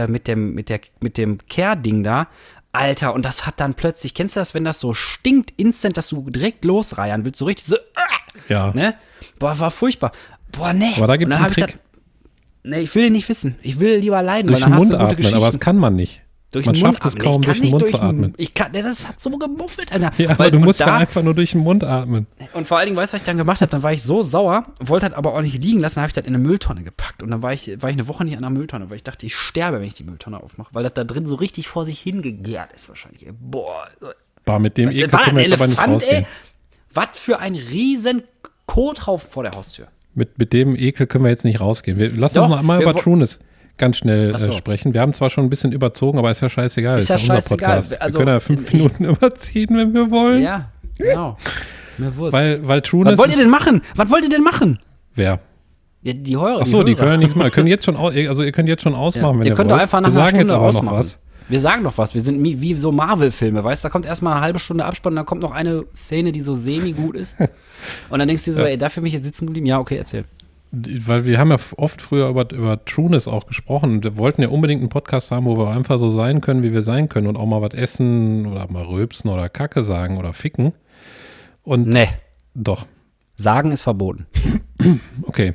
dem Kehrding da. Alter, und das hat dann plötzlich, kennst du das, wenn das so stinkt, instant, dass du direkt losreiern willst, so richtig so, ja. Ne? Boah, war furchtbar. Boah, ne. Aber da gibt's einen Trick. Ne, ich will den nicht wissen. Ich will lieber leiden, durch den Mund atmen, aber das kann man nicht. Man schafft es kaum, durch den Mund zu atmen. Das hat so gemuffelt, Alter. Ja, aber du musst ja einfach nur durch den Mund atmen. Und vor allen Dingen, weißt du, was ich dann gemacht habe? Dann war ich so sauer, wollte das aber auch nicht liegen lassen, dann habe ich das in eine Mülltonne gepackt. Und dann war ich eine Woche nicht an der Mülltonne, weil ich dachte, ich sterbe, wenn ich die Mülltonne aufmache. Weil das da drin so richtig vor sich hingegärt ist wahrscheinlich. Boah. Mit dem Ekel können wir jetzt aber nicht rausgehen. Was für ein riesen Kothaufen vor der Haustür. Mit dem Ekel können wir jetzt nicht rausgehen. Lass uns noch einmal über Trunis ganz schnell sprechen. Wir haben zwar schon ein bisschen überzogen, aber ist ja scheißegal. Ist ja unser Podcast. Also, wir können ja 5 Minuten überziehen, wenn wir wollen. Ja, genau. Mir Wurst. Weil Trunis. Was wollt ihr denn machen? Wer? Ja, die Hörer. Achso, die können ja nichts machen. Ihr könnt jetzt schon ausmachen, wenn ihr wollt. Ihr könnt doch einfach nach einer Stunde ausmachen. Was. Wir sagen doch was. Wir sind wie so Marvel-Filme, weißt du? Da kommt erstmal eine halbe Stunde Abspann, dann kommt noch eine Szene, die so semi-gut ist. Und dann denkst du dir so, ey, dafür bin ich jetzt sitzen geblieben? Ja, okay, erzähl. Weil wir haben ja oft früher über Trunis auch gesprochen und wir wollten ja unbedingt einen Podcast haben, wo wir einfach so sein können, wie wir sein können und auch mal was essen oder mal rülpsen oder Kacke sagen oder ficken. Und nee. Doch. Sagen ist verboten. Okay.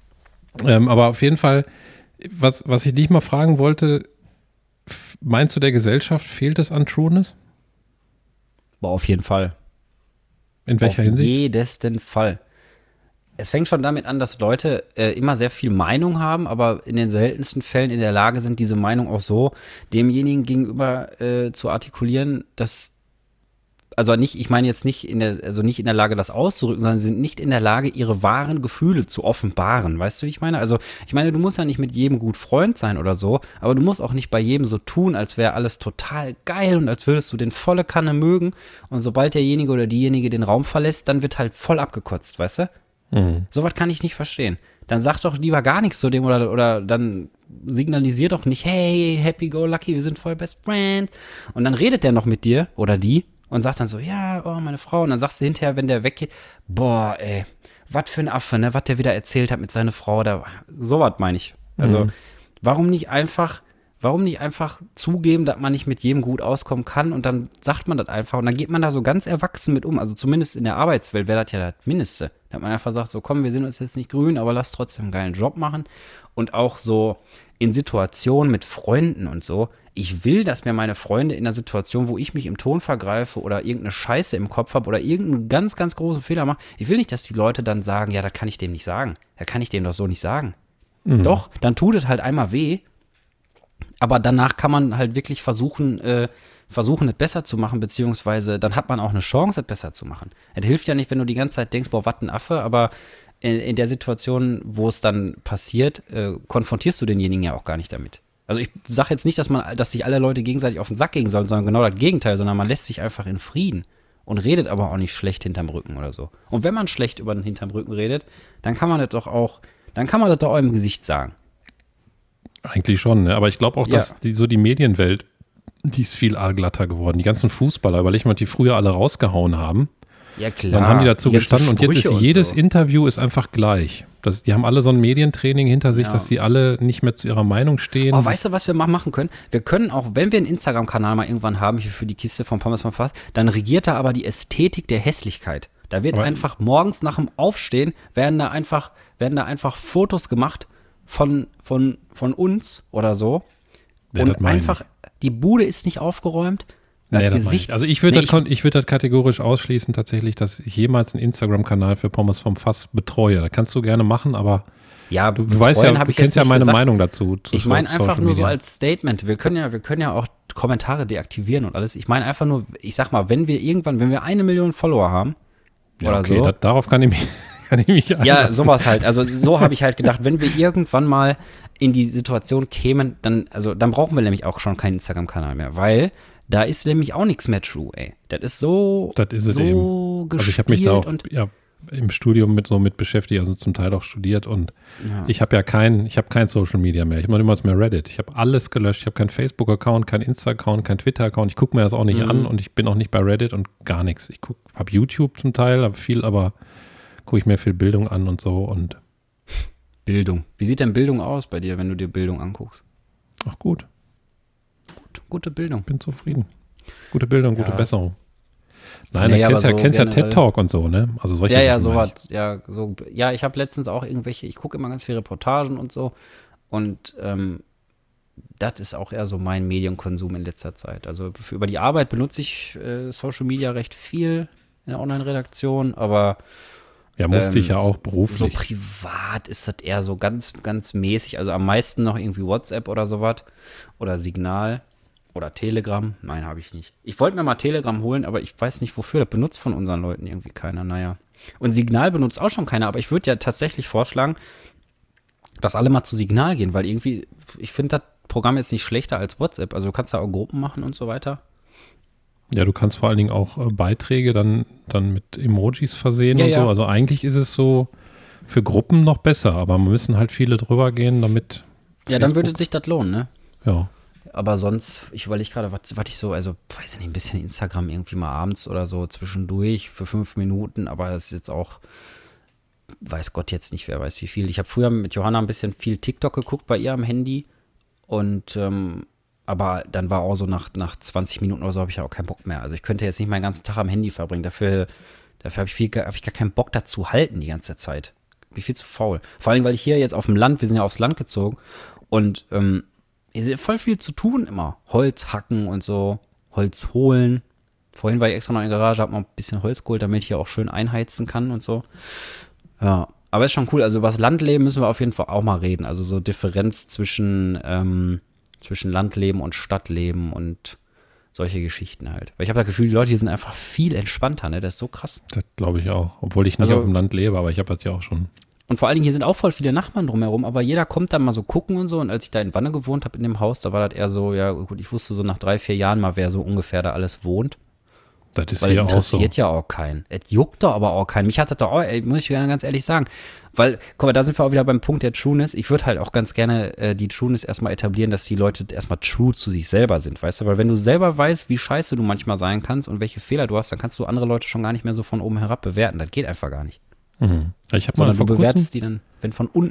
Aber auf jeden Fall, was ich dich mal fragen wollte, meinst du, der Gesellschaft fehlt es an Trunis? Boah, auf jeden Fall. In welcher Hinsicht? Auf jeden Fall. Es fängt schon damit an, dass Leute immer sehr viel Meinung haben, aber in den seltensten Fällen in der Lage sind, diese Meinung auch so demjenigen gegenüber zu artikulieren, dass, also nicht, ich meine jetzt nicht in der Lage, das auszudrücken, sondern sie sind nicht in der Lage, ihre wahren Gefühle zu offenbaren. Weißt du, wie ich meine? Also, ich meine, du musst ja nicht mit jedem gut Freund sein oder so, aber du musst auch nicht bei jedem so tun, als wäre alles total geil und als würdest du den volle Kanne mögen. Und sobald derjenige oder diejenige den Raum verlässt, dann wird halt voll abgekotzt, weißt du? Mhm. Sowas kann ich nicht verstehen. Dann sag doch lieber gar nichts zu dem oder dann signalisier doch nicht, hey, happy go lucky, wir sind voll best friend. Und dann redet der noch mit dir oder die und sagt dann so, ja, oh, meine Frau. Und dann sagst du hinterher, wenn der weggeht, boah, ey, was für ein Affe, ne, was der wieder erzählt hat mit seiner Frau. Sowas meine ich. Also, warum nicht einfach, Warum nicht einfach zugeben, dass man nicht mit jedem gut auskommen kann und dann sagt man das einfach und dann geht man da so ganz erwachsen mit um. Also zumindest in der Arbeitswelt wäre das ja das Mindeste. Dass man einfach sagt, so komm, wir sind uns jetzt nicht grün, aber lass trotzdem einen geilen Job machen. Und auch so in Situationen mit Freunden und so. Ich will, dass mir meine Freunde in einer Situation, wo ich mich im Ton vergreife oder irgendeine Scheiße im Kopf habe oder irgendeinen ganz, ganz großen Fehler mache, ich will nicht, dass die Leute dann sagen, ja, da kann ich dem nicht sagen. Da kann ich dem doch so nicht sagen. Doch, dann tut es halt einmal weh. Aber danach kann man halt wirklich versuchen, es besser zu machen, beziehungsweise dann hat man auch eine Chance, es besser zu machen. Es hilft ja nicht, wenn du die ganze Zeit denkst, boah, was ein Affe, aber in der Situation, wo es dann passiert, konfrontierst du denjenigen ja auch gar nicht damit. Also ich sage jetzt nicht, dass sich alle Leute gegenseitig auf den Sack gehen sollen, sondern genau das Gegenteil, sondern man lässt sich einfach in Frieden und redet aber auch nicht schlecht hinterm Rücken oder so. Und wenn man schlecht über den hinterm Rücken redet, dann kann man das doch auch im Gesicht sagen. Eigentlich schon, ne? Aber ich glaube auch, dass die Medienwelt, die ist viel allglatter geworden. Die ganzen Fußballer, überleg mal, die früher alle rausgehauen haben. Ja, klar. Dann haben die dazu gestanden und jetzt ist jedes so. Interview ist einfach gleich. Die haben alle so ein Medientraining hinter sich, dass die alle nicht mehr zu ihrer Meinung stehen. Oh, weißt du, was wir machen können? Wir können auch, wenn wir einen Instagram-Kanal mal irgendwann haben, hier für die Kiste von Pommes vom Fass, dann regiert da aber die Ästhetik der Hässlichkeit. Da wird einfach morgens nach dem Aufstehen, werden da einfach Fotos gemacht von uns oder so. Ja, und einfach, die Bude ist nicht aufgeräumt. Nee, Gesicht. Also ich würde das kategorisch ausschließen tatsächlich, dass ich jemals einen Instagram-Kanal für Pommes vom Fass betreue. Das kannst du gerne machen, aber ja, du weißt ja, du kennst ja meine Meinung dazu. Ich meine einfach nur so als Statement. Wir können ja auch Kommentare deaktivieren und alles. Ich meine einfach nur, ich sag mal, wenn wir 1 Million Follower haben oder okay, so. Darauf kann ich mich einlassen. Ja, sowas halt. Also so habe ich halt gedacht, wenn wir irgendwann mal in die Situation kämen, dann brauchen wir nämlich auch schon keinen Instagram-Kanal mehr, weil da ist nämlich auch nichts mehr true, ey. Das ist so gespielt. Also ich habe mich da auch im Studium mit beschäftigt, also zum Teil auch studiert und ich habe kein Social Media mehr. Ich habe noch niemals mehr Reddit. Ich habe alles gelöscht. Ich habe keinen Facebook-Account, keinen Insta-Account, keinen Twitter-Account. Ich gucke mir das auch nicht an und ich bin auch nicht bei Reddit und gar nichts. Ich habe YouTube zum Teil, aber gucke ich mir viel Bildung an und so und Bildung. Wie sieht denn Bildung aus bei dir, wenn du dir Bildung anguckst? Ach gut. Gute Bildung. Bin zufrieden. Gute Bildung, gute Besserung. Nein, du kennst ja TED Talk und so, ne? Also solche sowas. Ja, ich habe letztens auch ich gucke immer ganz viele Reportagen und so. Und das ist auch eher so mein Medienkonsum in letzter Zeit. Also über die Arbeit benutze ich Social Media recht viel in der Online-Redaktion, aber ja, musste ich ja auch beruflich. So privat ist das eher so ganz, ganz mäßig. Also am meisten noch irgendwie WhatsApp oder sowas. Oder Signal. Oder Telegram. Nein, habe ich nicht. Ich wollte mir mal Telegram holen, aber ich weiß nicht wofür. Das benutzt von unseren Leuten irgendwie keiner. Naja. Und Signal benutzt auch schon keiner. Aber ich würde ja tatsächlich vorschlagen, dass alle mal zu Signal gehen. Weil irgendwie, ich finde das Programm jetzt nicht schlechter als WhatsApp. Also du kannst da auch Gruppen machen und so weiter. Ja, du kannst vor allen Dingen auch Beiträge dann mit Emojis versehen und so. Also eigentlich ist es so für Gruppen noch besser, aber müssen halt viele drüber gehen, damit ja, dann würde sich das lohnen, ne? Ja. Aber sonst, ich überlege gerade, was ich so, also, weiß ich nicht, ein bisschen Instagram irgendwie mal abends oder so zwischendurch für 5 Minuten, aber das ist jetzt auch, weiß Gott jetzt nicht, wer weiß wie viel. Ich habe früher mit Johanna ein bisschen viel TikTok geguckt bei ihr am Handy und aber dann war auch so nach 20 Minuten oder so habe ich ja auch keinen Bock mehr. Also ich könnte jetzt nicht meinen ganzen Tag am Handy verbringen. Dafür habe ich gar keinen Bock dazu halten die ganze Zeit. Bin viel zu faul. Vor allem, weil ich hier jetzt auf dem Land, wir sind ja aufs Land gezogen und hier ist voll viel zu tun immer. Holz hacken und so, Holz holen. Vorhin war ich extra noch in der Garage, habe noch ein bisschen Holz geholt, damit ich hier auch schön einheizen kann und so. Ja, aber ist schon cool. Also über das Landleben müssen wir auf jeden Fall auch mal reden. Also so Differenz zwischen Landleben und Stadtleben und solche Geschichten halt. Weil ich habe das Gefühl, die Leute hier sind einfach viel entspannter, ne? Das ist so krass. Das glaube ich auch. Obwohl ich nicht auf dem Land lebe, aber ich habe das ja auch schon. Und vor allen Dingen, hier sind auch voll viele Nachbarn drumherum, aber jeder kommt dann mal so gucken und so. Und als ich da in Wanne gewohnt habe in dem Haus, da war das eher so, ja gut, ich wusste so nach 3-4 Jahren mal, wer so ungefähr da alles wohnt. Das ist weil hier auch so. Interessiert ja auch keinen. Es juckt doch aber auch keinen. Mich hat das doch auch, muss ich ganz ehrlich sagen. Weil, guck mal, da sind wir auch wieder beim Punkt der Trueness. Ich würde halt auch ganz gerne die Trueness erstmal etablieren, dass die Leute erstmal true zu sich selber sind, weißt du? Weil wenn du selber weißt, wie scheiße du manchmal sein kannst und welche Fehler du hast, dann kannst du andere Leute schon gar nicht mehr so von oben herab bewerten. Das geht einfach gar nicht. Mhm. Ich habe sondern du bewertest die dann, wenn von unten.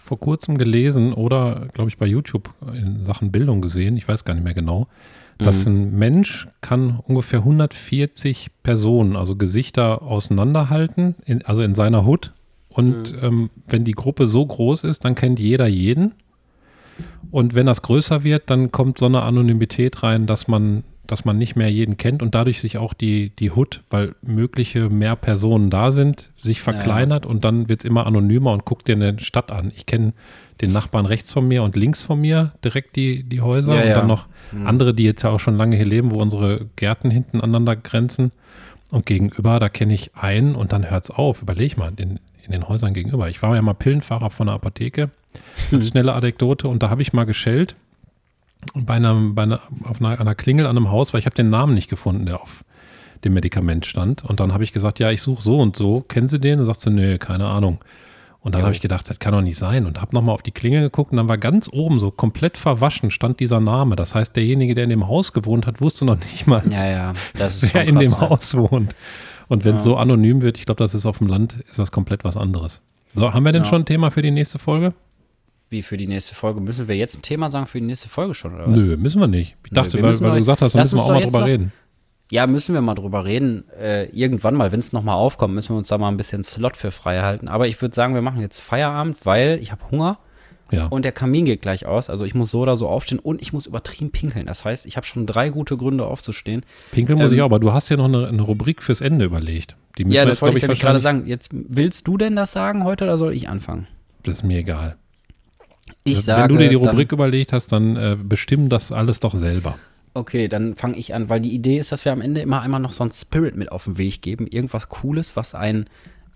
vor kurzem gelesen oder, glaube ich, bei YouTube in Sachen Bildung gesehen, ich weiß gar nicht mehr genau, dass ein Mensch kann ungefähr 140 Personen, also Gesichter auseinanderhalten, also in seiner Hut. Und wenn die Gruppe so groß ist, dann kennt jeder jeden. Und wenn das größer wird, dann kommt so eine Anonymität rein, dass man nicht mehr jeden kennt und dadurch sich auch die Hut, weil mögliche mehr Personen da sind, sich verkleinert und dann wird es immer anonymer und guckt dir eine Stadt an. Ich kenne den Nachbarn rechts von mir und links von mir direkt die Häuser und dann noch andere, die jetzt ja auch schon lange hier leben, wo unsere Gärten hinten aneinander grenzen. Und gegenüber, da kenne ich einen und dann hört es auf. Überleg mal, in den Häusern gegenüber. Ich war ja mal Pillenfahrer von der Apotheke, als schnelle Anekdote, und da habe ich mal geschellt auf einer Klingel an einem Haus, weil ich habe den Namen nicht gefunden, der auf dem Medikament stand. Und dann habe ich gesagt, ja, ich suche so und so. Kennen Sie den? Und sagt sie, nee, keine Ahnung. Und dann habe ich gedacht, das kann doch nicht sein. Und habe nochmal auf die Klingel geguckt und dann war ganz oben so komplett verwaschen stand dieser Name. Das heißt, derjenige, der in dem Haus gewohnt hat, wusste noch nicht mal, wer in dem Haus wohnt. Und wenn es so anonym wird, ich glaube, das ist auf dem Land, ist das komplett was anderes. So, haben wir denn schon ein Thema für die nächste Folge? Wie für die nächste Folge? Müssen wir jetzt ein Thema sagen für die nächste Folge schon, oder was? Nö, müssen wir nicht. Ich dachte, weil du gesagt hast, da müssen wir auch mal drüber reden. Ja, müssen wir mal drüber reden. Irgendwann mal, wenn es nochmal aufkommt, müssen wir uns da mal ein bisschen Slot für frei halten. Aber ich würde sagen, wir machen jetzt Feierabend, weil ich habe Hunger und der Kamin geht gleich aus. Also ich muss so oder so aufstehen und ich muss übertrieben pinkeln. Das heißt, ich habe schon 3 gute Gründe aufzustehen. Pinkeln muss ich auch, aber du hast ja noch eine Rubrik fürs Ende überlegt. Die müssen das wollte ich gerade sagen. Jetzt, willst du denn das sagen heute oder soll ich anfangen? Das ist mir egal. Wenn du dir die Rubrik überlegt hast, dann bestimm das alles doch selber. Okay, dann fange ich an, weil die Idee ist, dass wir am Ende immer einmal noch so einen Spirit mit auf den Weg geben. Irgendwas Cooles, was einem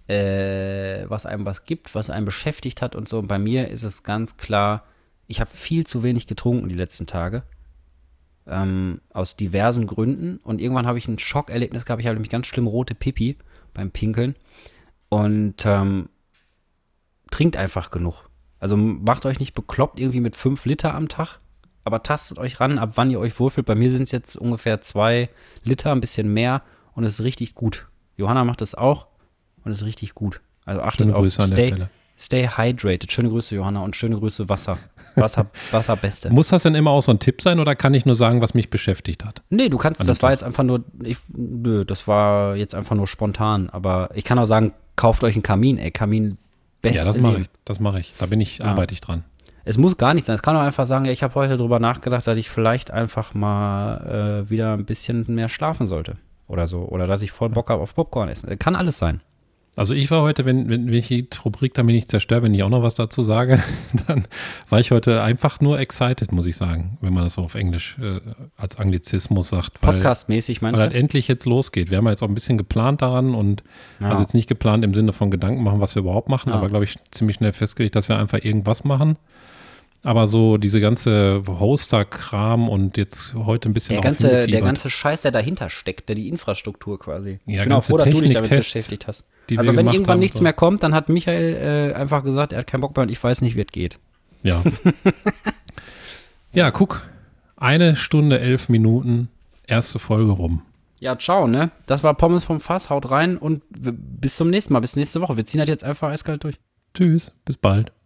was gibt, was einen beschäftigt hat und so. Und bei mir ist es ganz klar, ich habe viel zu wenig getrunken die letzten Tage. Aus diversen Gründen. Und irgendwann habe ich ein Schockerlebnis gehabt. Ich habe nämlich ganz schlimm rote Pipi beim Pinkeln. Und trinkt einfach genug. Also macht euch nicht bekloppt irgendwie mit 5 Liter am Tag. Aber tastet euch ran, ab wann ihr euch wohlfühlt. Bei mir sind es jetzt ungefähr 2 Liter, ein bisschen mehr. Und es ist richtig gut. Johanna macht es auch. Und es ist richtig gut. Also achtet auf, stay hydrated. Schöne Grüße, Johanna. Und schöne Grüße, Wasser. Wasser Beste. Muss das denn immer auch so ein Tipp sein oder kann ich nur sagen, was mich beschäftigt hat? Nee, du kannst, das war jetzt einfach nur, das war jetzt einfach nur spontan. Aber ich kann auch sagen, kauft euch einen Kamin, Kamin beste. Ja, das mache ich. Da arbeite ich dran. Es muss gar nicht sein. Es kann auch einfach sagen, ich habe heute drüber nachgedacht, dass ich vielleicht einfach mal wieder ein bisschen mehr schlafen sollte. Oder so. Oder dass ich voll Bock habe auf Popcorn essen. Kann alles sein. Also ich war heute, wenn ich die Rubrik damit nicht zerstöre, wenn ich auch noch was dazu sage, dann war ich heute einfach nur excited, muss ich sagen, wenn man das so auf Englisch als Anglizismus sagt. Podcastmäßig meinst du? Weil halt endlich jetzt losgeht. Wir haben ja jetzt auch ein bisschen geplant daran und also jetzt nicht geplant im Sinne von Gedanken machen, was wir überhaupt machen, aber glaube ich ziemlich schnell festgelegt, dass wir einfach irgendwas machen. Aber so diese ganze Hoster-Kram und jetzt heute ein bisschen der ganze Scheiß, der dahinter steckt, die Infrastruktur quasi. Ja, ich bin auch froh, dass du dich damit beschäftigt hast. Also wenn irgendwann nichts mehr kommt, dann hat Michael einfach gesagt, er hat keinen Bock mehr und ich weiß nicht, wie es geht. Ja. Ja, guck. 1 Stunde 11 Minuten, erste Folge rum. Ja, ciao, ne? Das war Pommes vom Fass, haut rein und bis zum nächsten Mal, bis nächste Woche. Wir ziehen das jetzt einfach eiskalt durch. Tschüss, bis bald.